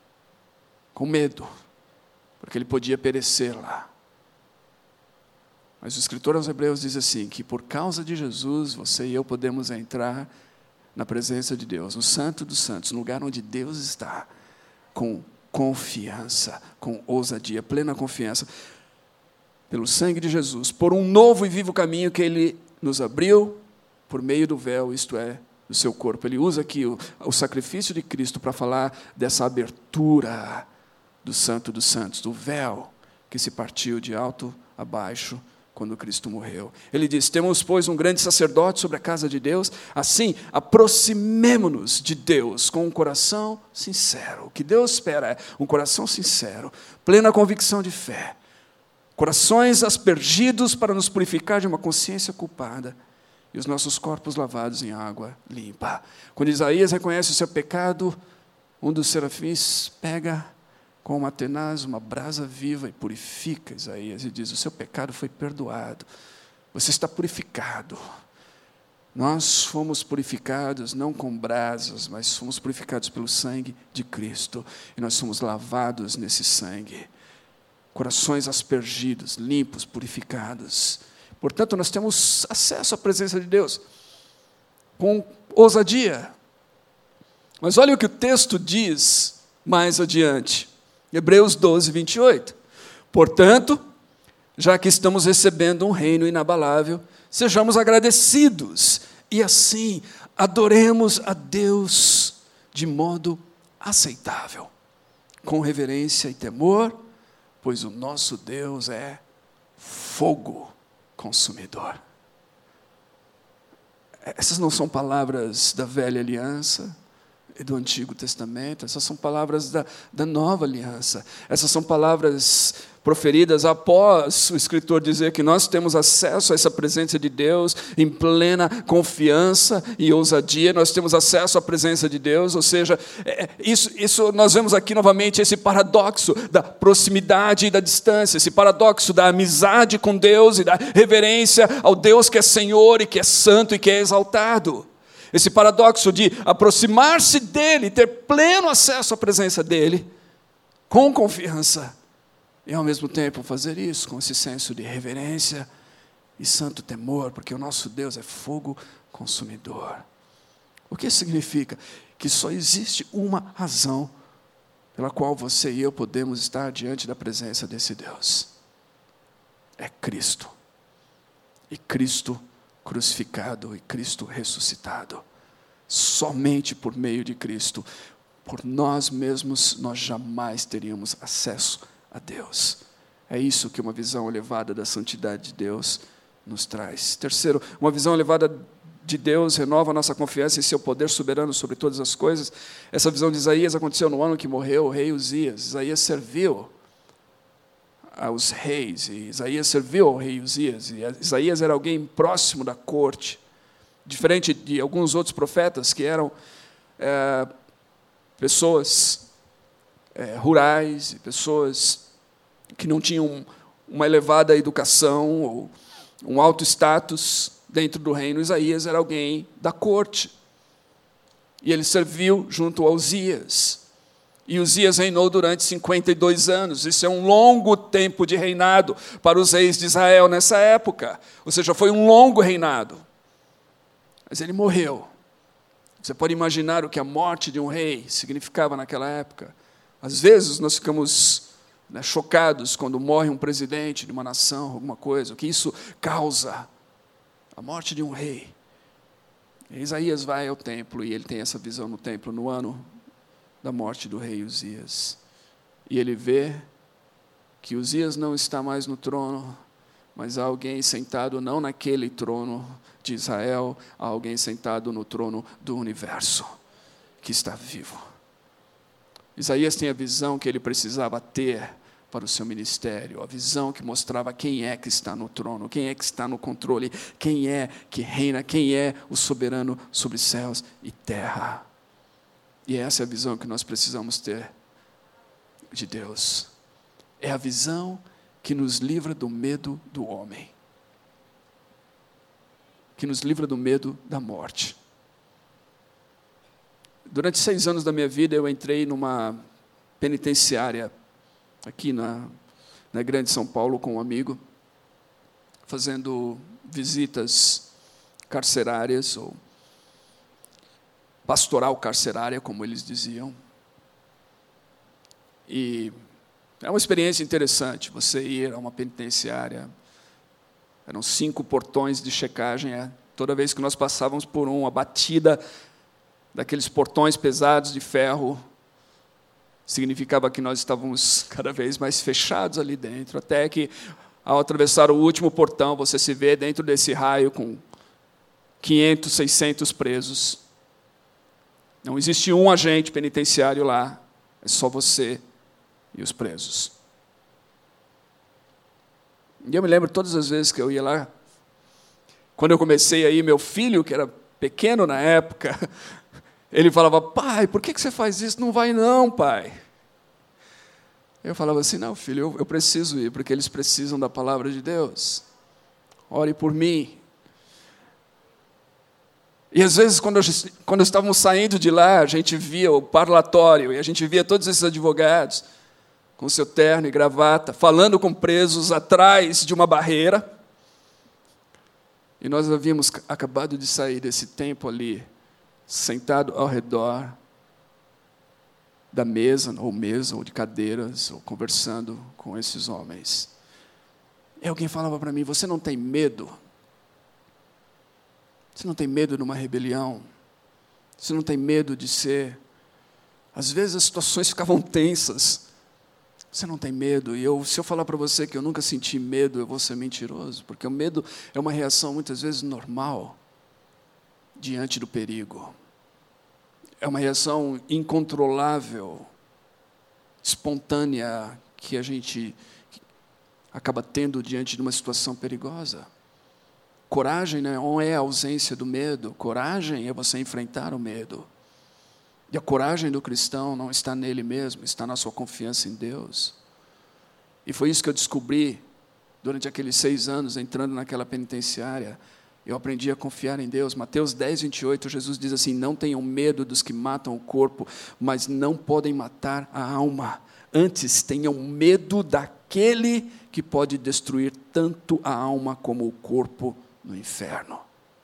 A: com medo, porque ele podia perecer lá. Mas o escritor aos Hebreus diz assim, que por causa de Jesus, você e eu podemos entrar na presença de Deus, no Santo dos Santos, no lugar onde Deus está, com confiança, com ousadia, plena confiança, pelo sangue de Jesus, por um novo e vivo caminho que Ele nos abriu por meio do véu, isto é, do seu corpo. Ele usa aqui o sacrifício de Cristo para falar dessa abertura do Santo dos Santos, do véu que se partiu de alto a baixo quando Cristo morreu. Ele diz, temos, pois, um grande sacerdote sobre a casa de Deus, assim, aproximemo-nos de Deus com um coração sincero. O que Deus espera é um coração sincero, plena convicção de fé, corações aspergidos para nos purificar de uma consciência culpada e os nossos corpos lavados em água limpa. Quando Isaías reconhece o seu pecado, um dos serafins pega com uma tenaz, uma brasa viva e purifica Isaías e diz, o seu pecado foi perdoado, você está purificado. Nós fomos purificados não com brasas, mas fomos purificados pelo sangue de Cristo e nós somos lavados nesse sangue. Corações aspergidos, limpos, purificados. Portanto, nós temos acesso à presença de Deus com ousadia. Mas olha o que o texto diz mais adiante. Hebreus 12, 28. Portanto, já que estamos recebendo um reino inabalável, sejamos agradecidos e assim adoremos a Deus de modo aceitável, com reverência e temor, pois o nosso Deus é fogo consumidor. Essas não são palavras da velha aliança e do Antigo Testamento, essas são palavras da nova aliança. Essas são palavras proferidas após o escritor dizer que nós temos acesso a essa presença de Deus em plena confiança e ousadia, nós temos acesso à presença de Deus, ou seja, isso nós vemos aqui novamente esse paradoxo da proximidade e da distância, esse paradoxo da amizade com Deus e da reverência ao Deus que é Senhor e que é santo e que é exaltado. Esse paradoxo de aproximar-se dEle, ter pleno acesso à presença dEle, com confiança, e ao mesmo tempo fazer isso com esse senso de reverência e santo temor, porque o nosso Deus é fogo consumidor. O que isso significa? Que só existe uma razão pela qual você e eu podemos estar diante da presença desse Deus. É Cristo. E Cristo crucificado e Cristo ressuscitado. Somente por meio de Cristo, por nós mesmos, nós jamais teríamos acesso a Deus. É isso que uma visão elevada da santidade de Deus nos traz. Terceiro, uma visão elevada de Deus renova a nossa confiança em seu poder soberano sobre todas as coisas. Essa visão de Isaías aconteceu no ano que morreu o rei Uzias. Isaías serviu aos reis, e Isaías serviu ao rei Uzias, e Isaías era alguém próximo da corte, diferente de alguns outros profetas que eram pessoas rurais, pessoas que não tinham uma elevada educação ou um alto status dentro do reino. Isaías era alguém da corte, e ele serviu junto a Uzias. E Uzias reinou durante 52 anos. Isso é um longo tempo de reinado para os reis de Israel nessa época. Ou seja, foi um longo reinado. Mas ele morreu. Você pode imaginar o que a morte de um rei significava naquela época. Às vezes nós ficamos chocados quando morre um presidente de uma nação, alguma coisa. O que isso causa? A morte de um rei. E Isaías vai ao templo e ele tem essa visão no templo no ano da morte do rei Uzias. E ele vê que Uzias não está mais no trono, mas há alguém sentado não naquele trono de Israel, há alguém sentado no trono do universo, que está vivo. Isaías tem a visão que ele precisava ter para o seu ministério, a visão que mostrava quem é que está no trono, quem é que está no controle, quem é que reina, quem é o soberano sobre céus e terra. E essa é a visão que nós precisamos ter de Deus. É a visão que nos livra do medo do homem, que nos livra do medo da morte. Durante 6 anos da minha vida, eu entrei numa penitenciária aqui na Grande São Paulo com um amigo, fazendo visitas carcerárias, ou pastoral carcerária, como eles diziam. E é uma experiência interessante, você ir a uma penitenciária. Eram 5 portões de checagem. Toda vez que nós passávamos por a batida daqueles portões pesados de ferro, significava que nós estávamos cada vez mais fechados ali dentro, até que, ao atravessar o último portão, você se vê dentro desse raio com 500, 600 presos. Não existe um agente penitenciário lá, é só você e os presos. E eu me lembro todas as vezes que eu ia lá, quando eu comecei aí, meu filho, que era pequeno na época, ele falava: pai, por que você faz isso? Não vai não, pai. Eu falava assim: não, filho, eu preciso ir, porque eles precisam da palavra de Deus. Ore por mim. E às vezes, quando estávamos saindo de lá, a gente via o parlatório, e a gente via todos esses advogados, com seu terno e gravata, falando com presos atrás de uma barreira. E nós havíamos acabado de sair desse tempo ali, sentado ao redor da mesa, ou de cadeiras, ou conversando com esses homens. E alguém falava para mim: você não tem medo? Você não tem medo de uma rebelião? Você não tem medo de ser... Às vezes as situações ficavam tensas. Você não tem medo? E se eu falar para você que eu nunca senti medo, eu vou ser mentiroso, porque o medo é uma reação muitas vezes normal diante do perigo. É uma reação incontrolável, espontânea, que a gente acaba tendo diante de uma situação perigosa. Coragem não é a ausência do medo, coragem é você enfrentar o medo. E a coragem do cristão não está nele mesmo, está na sua confiança em Deus. E foi isso que eu descobri durante aqueles 6 anos, entrando naquela penitenciária. Eu aprendi a confiar em Deus. Mateus 10, 28, Jesus diz assim: não tenham medo dos que matam o corpo, mas não podem matar a alma. Antes, tenham medo daquele que pode destruir tanto a alma como o corpo no inferno.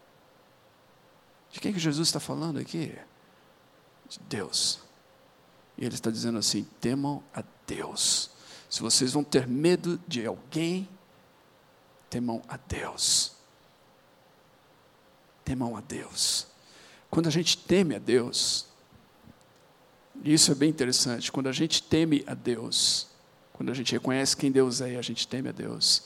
A: De quem que Jesus está falando aqui? De Deus. E Ele está dizendo assim: temam a Deus. Se vocês vão ter medo de alguém, temam a Deus. Temam a Deus. Quando a gente teme a Deus, e isso é bem interessante, quando a gente teme a Deus, quando a gente reconhece quem Deus é e a gente teme a Deus,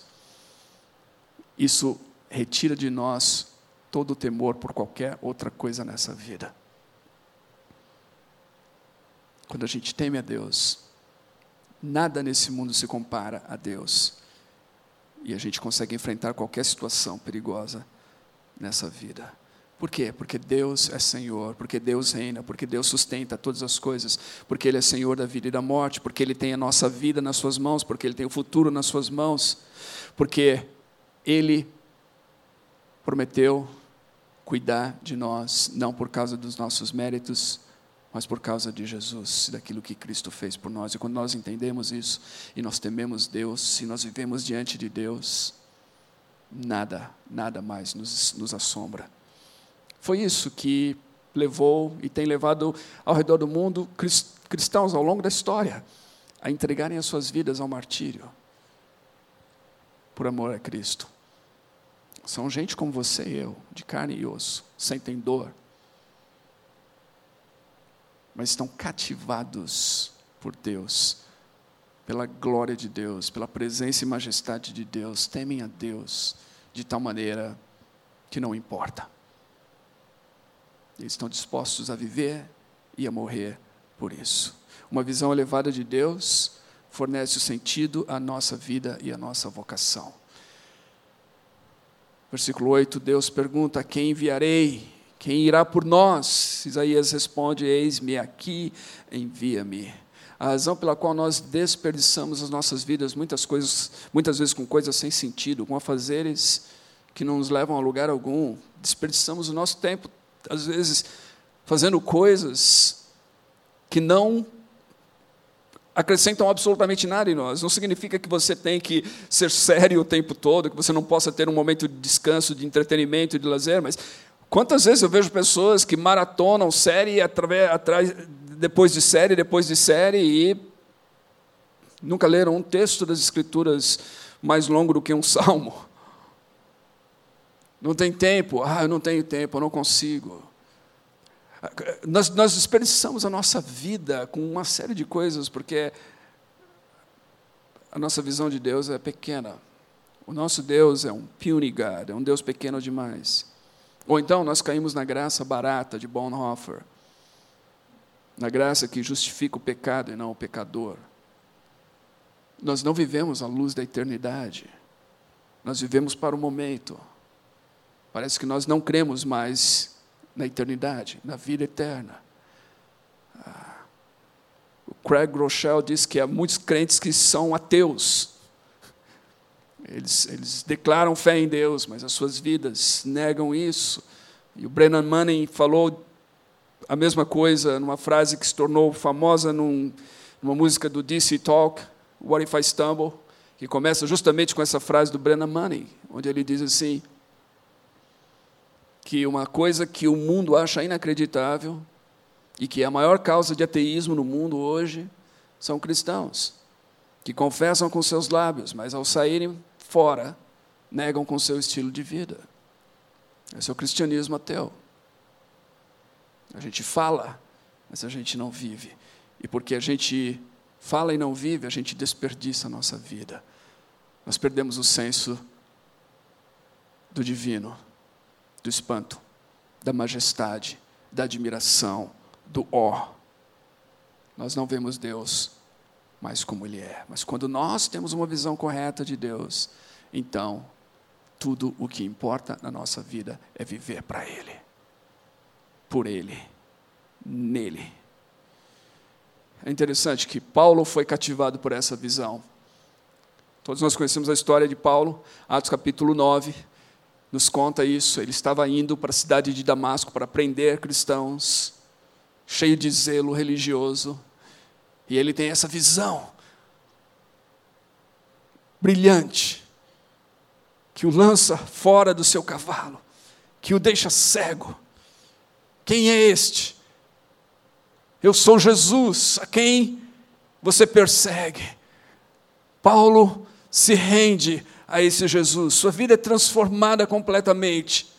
A: isso retira de nós todo o temor por qualquer outra coisa nessa vida. Quando a gente teme a Deus, nada nesse mundo se compara a Deus. E a gente consegue enfrentar qualquer situação perigosa nessa vida. Por quê? Porque Deus é Senhor, porque Deus reina, porque Deus sustenta todas as coisas, porque Ele é Senhor da vida e da morte, porque Ele tem a nossa vida nas suas mãos, porque Ele tem o futuro nas suas mãos, porque Ele prometeu cuidar de nós, não por causa dos nossos méritos, mas por causa de Jesus, daquilo que Cristo fez por nós. E quando nós entendemos isso, e nós tememos Deus, e nós vivemos diante de Deus, nada mais nos assombra. Foi isso que levou e tem levado ao redor do mundo cristãos ao longo da história a entregarem as suas vidas ao martírio por amor a Cristo. São gente como você e eu, de carne e osso, sentem dor, mas estão cativados por Deus, pela glória de Deus, pela presença e majestade de Deus, temem a Deus de tal maneira que não importa. Eles estão dispostos a viver e a morrer por isso. Uma visão elevada de Deus fornece o sentido à nossa vida e à nossa vocação. Versículo 8, Deus pergunta: quem enviarei? Quem irá por nós? Isaías responde: eis-me aqui, envia-me. A razão pela qual nós desperdiçamos as nossas vidas, muitas vezes com coisas sem sentido, com afazeres que não nos levam a lugar algum, desperdiçamos o nosso tempo, às vezes, fazendo coisas que não acrescentam absolutamente nada em nós. Não significa que você tem que ser sério o tempo todo, que você não possa ter um momento de descanso, de entretenimento, de lazer, mas quantas vezes eu vejo pessoas que maratonam série atrás, depois de série, e nunca leram um texto das Escrituras mais longo do que um salmo. Não tem tempo. Eu não tenho tempo, eu não consigo. Nós desperdiçamos a nossa vida com uma série de coisas, porque a nossa visão de Deus é pequena. O nosso Deus é um puny God, é um Deus pequeno demais. Ou então nós caímos na graça barata de Bonhoeffer, na graça que justifica o pecado e não o pecador. Nós não vivemos à luz da eternidade. Nós vivemos para o momento. Parece que nós não cremos mais na eternidade, na vida eterna. O Craig Groeschel diz que há muitos crentes que são ateus. Eles declaram fé em Deus, mas as suas vidas negam isso. E o Brennan Manning falou a mesma coisa numa frase que se tornou famosa numa música do DC Talk, What If I Stumble, que começa justamente com essa frase do Brennan Manning, onde ele diz assim, que uma coisa que o mundo acha inacreditável e que é a maior causa de ateísmo no mundo hoje são cristãos, que confessam com seus lábios, mas ao saírem fora, negam com seu estilo de vida. Esse é o cristianismo ateu. A gente fala, mas a gente não vive. E porque a gente fala e não vive, a gente desperdiça a nossa vida. Nós perdemos o senso do divino, do espanto, da majestade, da admiração, do ó. Nós não vemos Deus mais como Ele é. Mas quando nós temos uma visão correta de Deus, então, tudo o que importa na nossa vida é viver para Ele, por Ele, nele. É interessante que Paulo foi cativado por essa visão. Todos nós conhecemos a história de Paulo, Atos capítulo 9, nos conta isso. Ele estava indo para a cidade de Damasco para prender cristãos, cheio de zelo religioso, e ele tem essa visão brilhante, que o lança fora do seu cavalo, que o deixa cego. Quem é este? Eu sou Jesus, a quem você persegue. Paulo se rende a esse Jesus, sua vida é transformada completamente.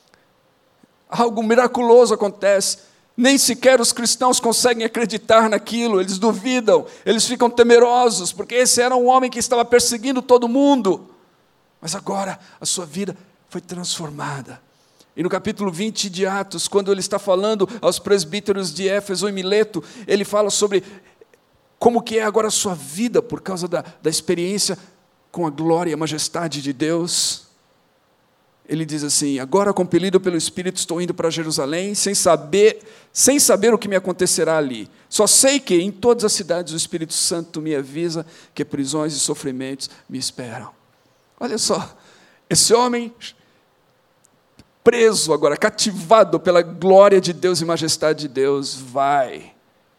A: Algo miraculoso acontece, nem sequer os cristãos conseguem acreditar naquilo, eles duvidam, eles ficam temerosos, porque esse era um homem que estava perseguindo todo mundo, mas agora a sua vida foi transformada. E no capítulo 20 de Atos, quando ele está falando aos presbíteros de Éfeso e Mileto, ele fala sobre como que é agora a sua vida por causa da experiência com a glória e a majestade de Deus. Ele diz assim: agora, compelido pelo Espírito, estou indo para Jerusalém, sem saber o que me acontecerá ali. Só sei que em todas as cidades o Espírito Santo me avisa que prisões e sofrimentos me esperam. Olha só, esse homem preso agora, cativado pela glória de Deus e majestade de Deus, vai.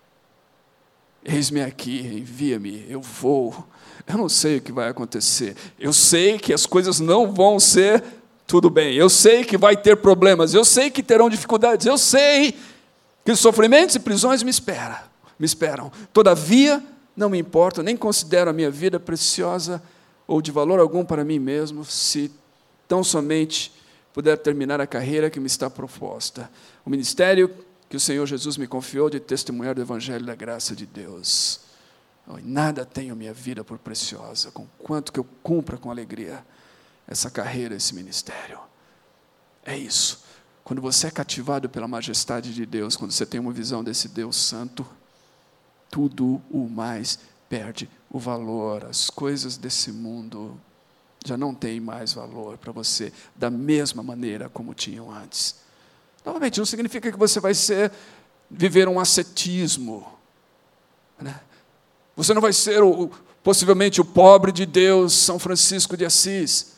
A: Eis-me aqui, envia-me, eu vou. Eu não sei o que vai acontecer. Eu sei que as coisas não vão ser tudo bem. Eu sei que vai ter problemas. Eu sei que terão dificuldades. Eu sei que sofrimentos e prisões me esperam. Todavia, não me importo, nem considero a minha vida preciosa ou de valor algum para mim mesmo, se tão somente puder terminar a carreira que me está proposta. O ministério que o Senhor Jesus me confiou de testemunhar do Evangelho da graça de Deus. Nada tenho minha vida por preciosa, com quanto que eu cumpra com alegria essa carreira, esse ministério. É isso. Quando você é cativado pela majestade de Deus, quando você tem uma visão desse Deus santo, tudo o mais perde o valor. As coisas desse mundo já não têm mais valor para você, da mesma maneira como tinham antes. Novamente, não significa que você vai viver um ascetismo, né? Você não vai ser possivelmente o pobre de Deus, São Francisco de Assis.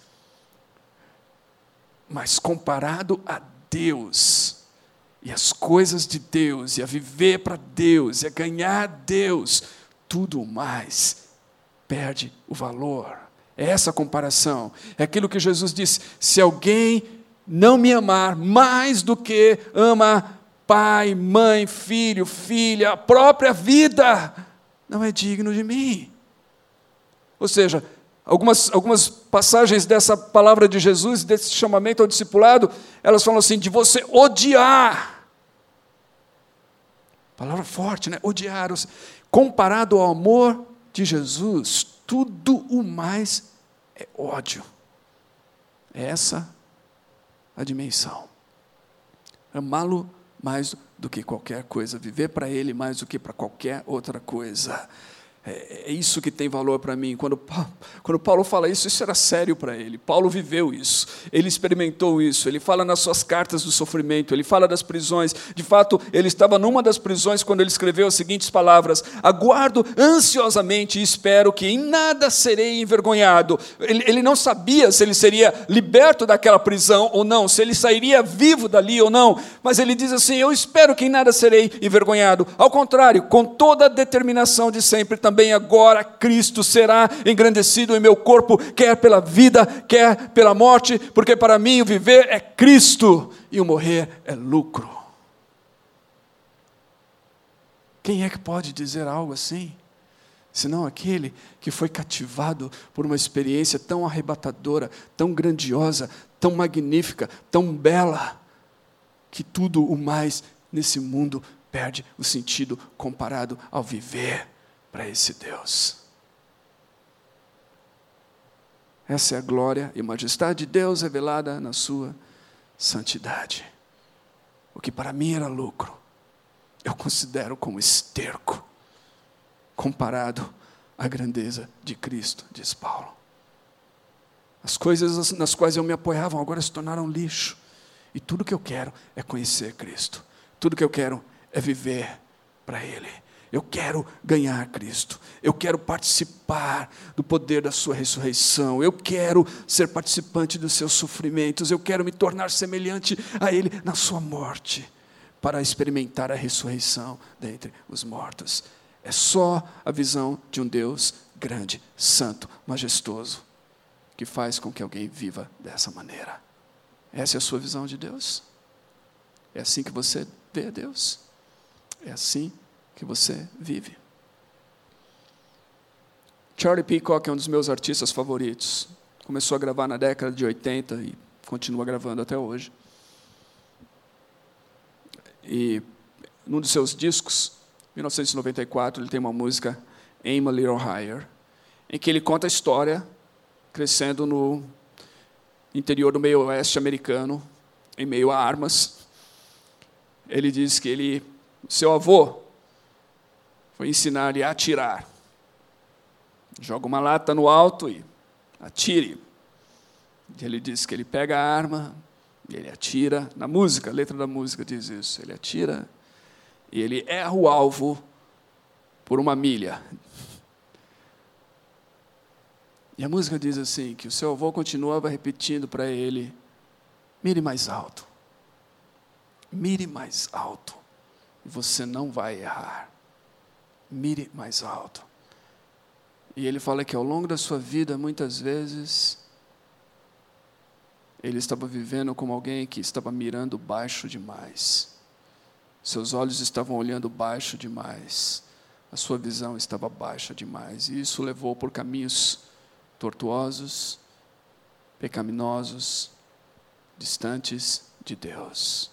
A: Mas comparado a Deus, e as coisas de Deus, e a viver para Deus, e a ganhar Deus, tudo mais perde o valor. É essa a comparação. É aquilo que Jesus disse: se alguém não me amar mais do que ama pai, mãe, filho, filha, a própria vida, não é digno de mim. Ou seja, algumas passagens dessa palavra de Jesus, desse chamamento ao discipulado, elas falam assim, de você odiar. Palavra forte, né? Odiar. Comparado ao amor de Jesus, tudo o mais é ódio. É essa a dimensão. Amá-lo mais do que qualquer coisa, viver para Ele mais do que para qualquer outra coisa. É isso que tem valor para mim. Quando Paulo fala isso, isso era sério para ele. Paulo viveu isso, ele experimentou isso, ele fala nas suas cartas do sofrimento, ele fala das prisões. De fato, ele estava numa das prisões quando ele escreveu as seguintes palavras: aguardo ansiosamente e espero que em nada serei envergonhado. Ele não sabia se ele seria liberto daquela prisão ou não, se ele sairia vivo dali ou não, mas ele diz assim: eu espero que em nada serei envergonhado. Ao contrário, com toda a determinação de sempre, também agora Cristo será engrandecido em meu corpo, quer pela vida, quer pela morte, porque para mim o viver é Cristo e o morrer é lucro. Quem é que pode dizer algo assim? Senão aquele que foi cativado por uma experiência tão arrebatadora, tão grandiosa, tão magnífica, tão bela, que tudo o mais nesse mundo perde o sentido comparado ao viver para esse Deus. Essa é a glória e majestade de Deus revelada na sua santidade. O que para mim era lucro, eu considero como esterco, comparado à grandeza de Cristo, diz Paulo. As coisas nas quais eu me apoiava agora se tornaram lixo. E tudo que eu quero é conhecer Cristo. Tudo que eu quero é viver para Ele. Eu quero ganhar Cristo. Eu quero participar do poder da sua ressurreição. Eu quero ser participante dos seus sofrimentos. Eu quero me tornar semelhante a Ele na sua morte, para experimentar a ressurreição dentre os mortos. É só a visão de um Deus grande, santo, majestoso, que faz com que alguém viva dessa maneira. Essa é a sua visão de Deus? É assim que você vê a Deus? É assim que você vive? Charlie Peacock é um dos meus artistas favoritos. Começou a gravar na década de 80 e continua gravando até hoje. E num dos seus discos, 1994, ele tem uma música, Aim a Little Higher, em que ele conta a história crescendo no interior do meio oeste americano, em meio a armas. Ele diz que seu avô foi ensinar ele a atirar. Joga uma lata no alto e atire. Ele diz que ele pega a arma e ele atira. Na música, a letra da música diz isso. Ele atira e ele erra o alvo por 1 milha. E a música diz assim, que o seu avô continuava repetindo para ele: mire mais alto. Mire mais alto. E você não vai errar. Mire mais alto. E ele fala que ao longo da sua vida, muitas vezes, ele estava vivendo como alguém que estava mirando baixo demais. Seus olhos estavam olhando baixo demais. A sua visão estava baixa demais. E isso levou por caminhos tortuosos, pecaminosos, distantes de Deus.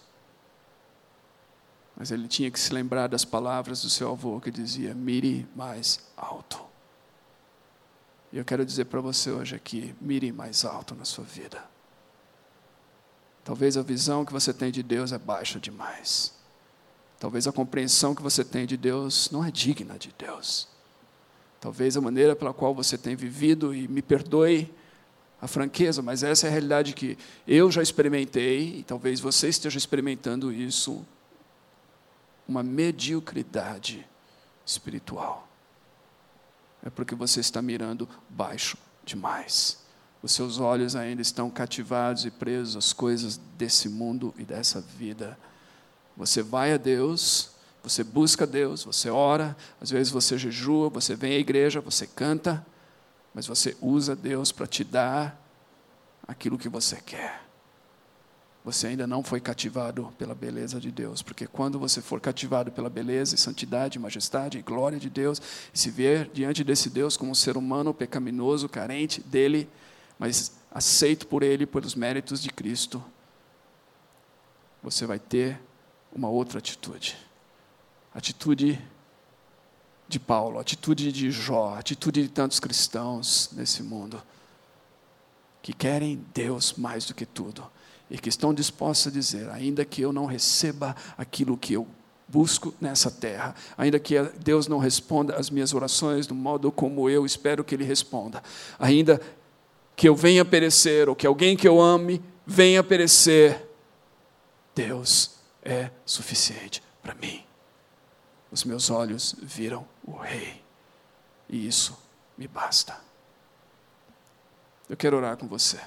A: Mas ele tinha que se lembrar das palavras do seu avô que dizia: mire mais alto. E eu quero dizer para você hoje aqui: mire mais alto na sua vida. Talvez a visão que você tem de Deus é baixa demais. Talvez a compreensão que você tem de Deus não é digna de Deus. Talvez a maneira pela qual você tem vivido, e me perdoe a franqueza, mas essa é a realidade que eu já experimentei, e talvez você esteja experimentando isso, uma mediocridade espiritual. É porque você está mirando baixo demais. Os seus olhos ainda estão cativados e presos às coisas desse mundo e dessa vida. Você vai a Deus, Você busca Deus, você ora, às vezes você jejua, você vem à igreja, você canta, mas você usa Deus para te dar aquilo que você quer. Você ainda não foi cativado pela beleza de Deus, porque quando você for cativado pela beleza e santidade, majestade e glória de Deus, e se ver diante desse Deus como um ser humano pecaminoso, carente dele, mas aceito por ele, pelos méritos de Cristo, você vai ter uma outra atitude. Atitude de Paulo, atitude de Jó, atitude de tantos cristãos nesse mundo, que querem Deus mais do que tudo, e que estão dispostos a dizer, ainda que eu não receba aquilo que eu busco nessa terra, ainda que Deus não responda às minhas orações do modo como eu espero que Ele responda, ainda que eu venha perecer, ou que alguém que eu ame venha perecer, Deus é suficiente para mim. Os meus olhos viram o Rei, e isso me basta. Eu quero orar com você.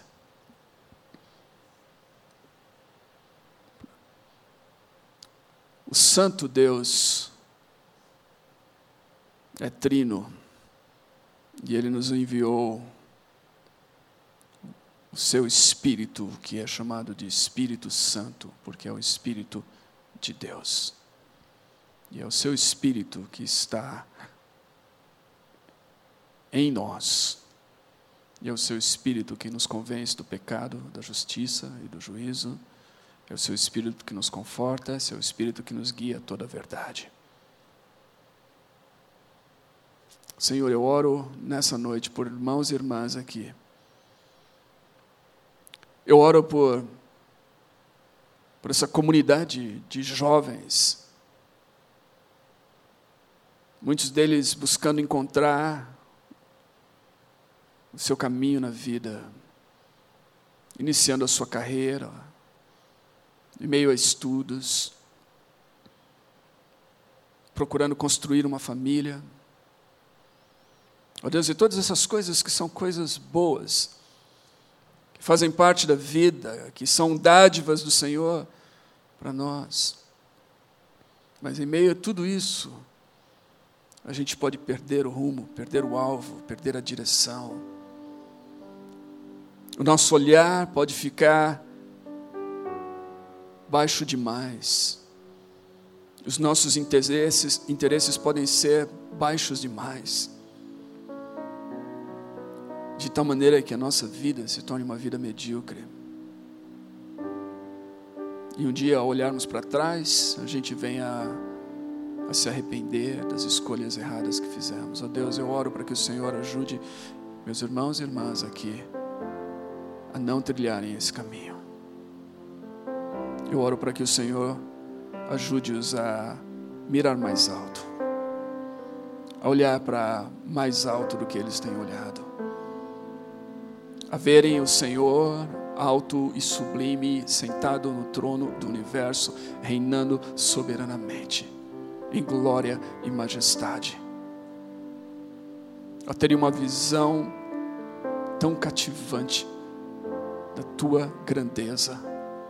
A: O Santo Deus é trino, e Ele nos enviou o seu Espírito, que é chamado de Espírito Santo, porque é o Espírito de Deus. E é o seu Espírito que está em nós. E é o seu Espírito que nos convence do pecado, da justiça e do juízo. É o seu Espírito que nos conforta, é o seu Espírito que nos guia a toda a verdade. Senhor, eu oro nessa noite por irmãos e irmãs aqui. Eu oro por essa comunidade de jovens, muitos deles buscando encontrar o seu caminho na vida, iniciando a sua carreira, em meio a estudos, procurando construir uma família. Ó Deus, e todas essas coisas que são coisas boas, que fazem parte da vida, que são dádivas do Senhor para nós. Mas em meio a tudo isso, a gente pode perder o rumo, perder o alvo, perder a direção. O nosso olhar pode ficar baixo demais. Os nossos interesses podem ser baixos demais. De tal maneira que a nossa vida se torne uma vida medíocre. E um dia, ao olharmos para trás, a gente venha a se arrepender das escolhas erradas que fizemos. Ó Deus, eu oro para que o Senhor ajude meus irmãos e irmãs aqui a não trilharem esse caminho. Eu oro para que o Senhor ajude-os a mirar mais alto, a olhar para mais alto do que eles têm olhado, a verem o Senhor alto e sublime, sentado no trono do universo, reinando soberanamente, em glória e majestade, a terem uma visão tão cativante da tua grandeza,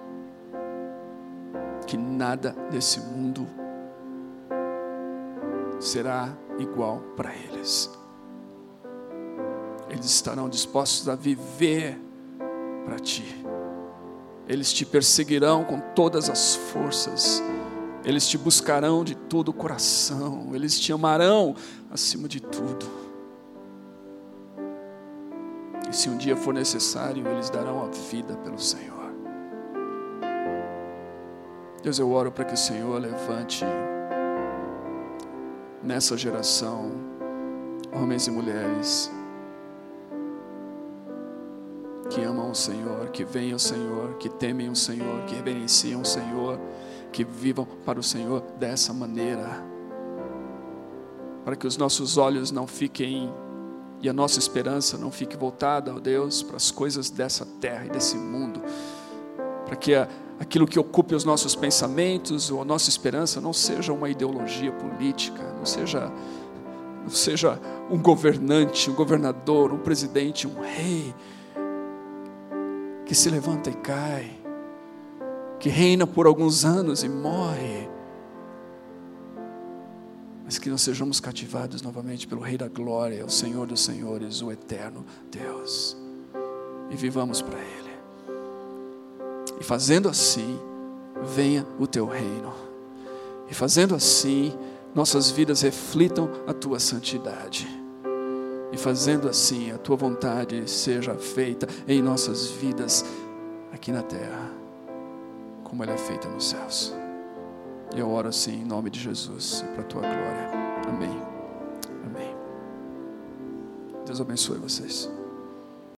A: que nada desse mundo será igual para eles. Eles estarão dispostos a viver para ti. Eles te perseguirão com todas as forças. Eles te buscarão de todo o coração. Eles te amarão acima de tudo. E se um dia for necessário, eles darão a vida pelo Senhor. Deus, eu oro para que o Senhor levante nessa geração homens e mulheres que amam o Senhor, que veem o Senhor, que temem o Senhor, que reverenciam o Senhor, que vivam para o Senhor dessa maneira, para que os nossos olhos não fiquem e a nossa esperança não fique voltada, ó Deus, para as coisas dessa terra e desse mundo, para que aquilo que ocupe os nossos pensamentos ou a nossa esperança não seja uma ideologia política, não seja um governante, um governador, um presidente, um rei, que se levanta e cai, que reina por alguns anos e morre. mas que nós sejamos cativados novamente pelo Rei da Glória, o Senhor dos Senhores, o eterno Deus, e vivamos para Ele. E fazendo assim, venha o Teu reino. E fazendo assim, nossas vidas reflitam a Tua santidade. E fazendo assim, a Tua vontade seja feita em nossas vidas, aqui na terra, como ela é feita nos céus. Eu oro assim em nome de Jesus e para a Tua glória. Amém. Amém. Deus abençoe vocês.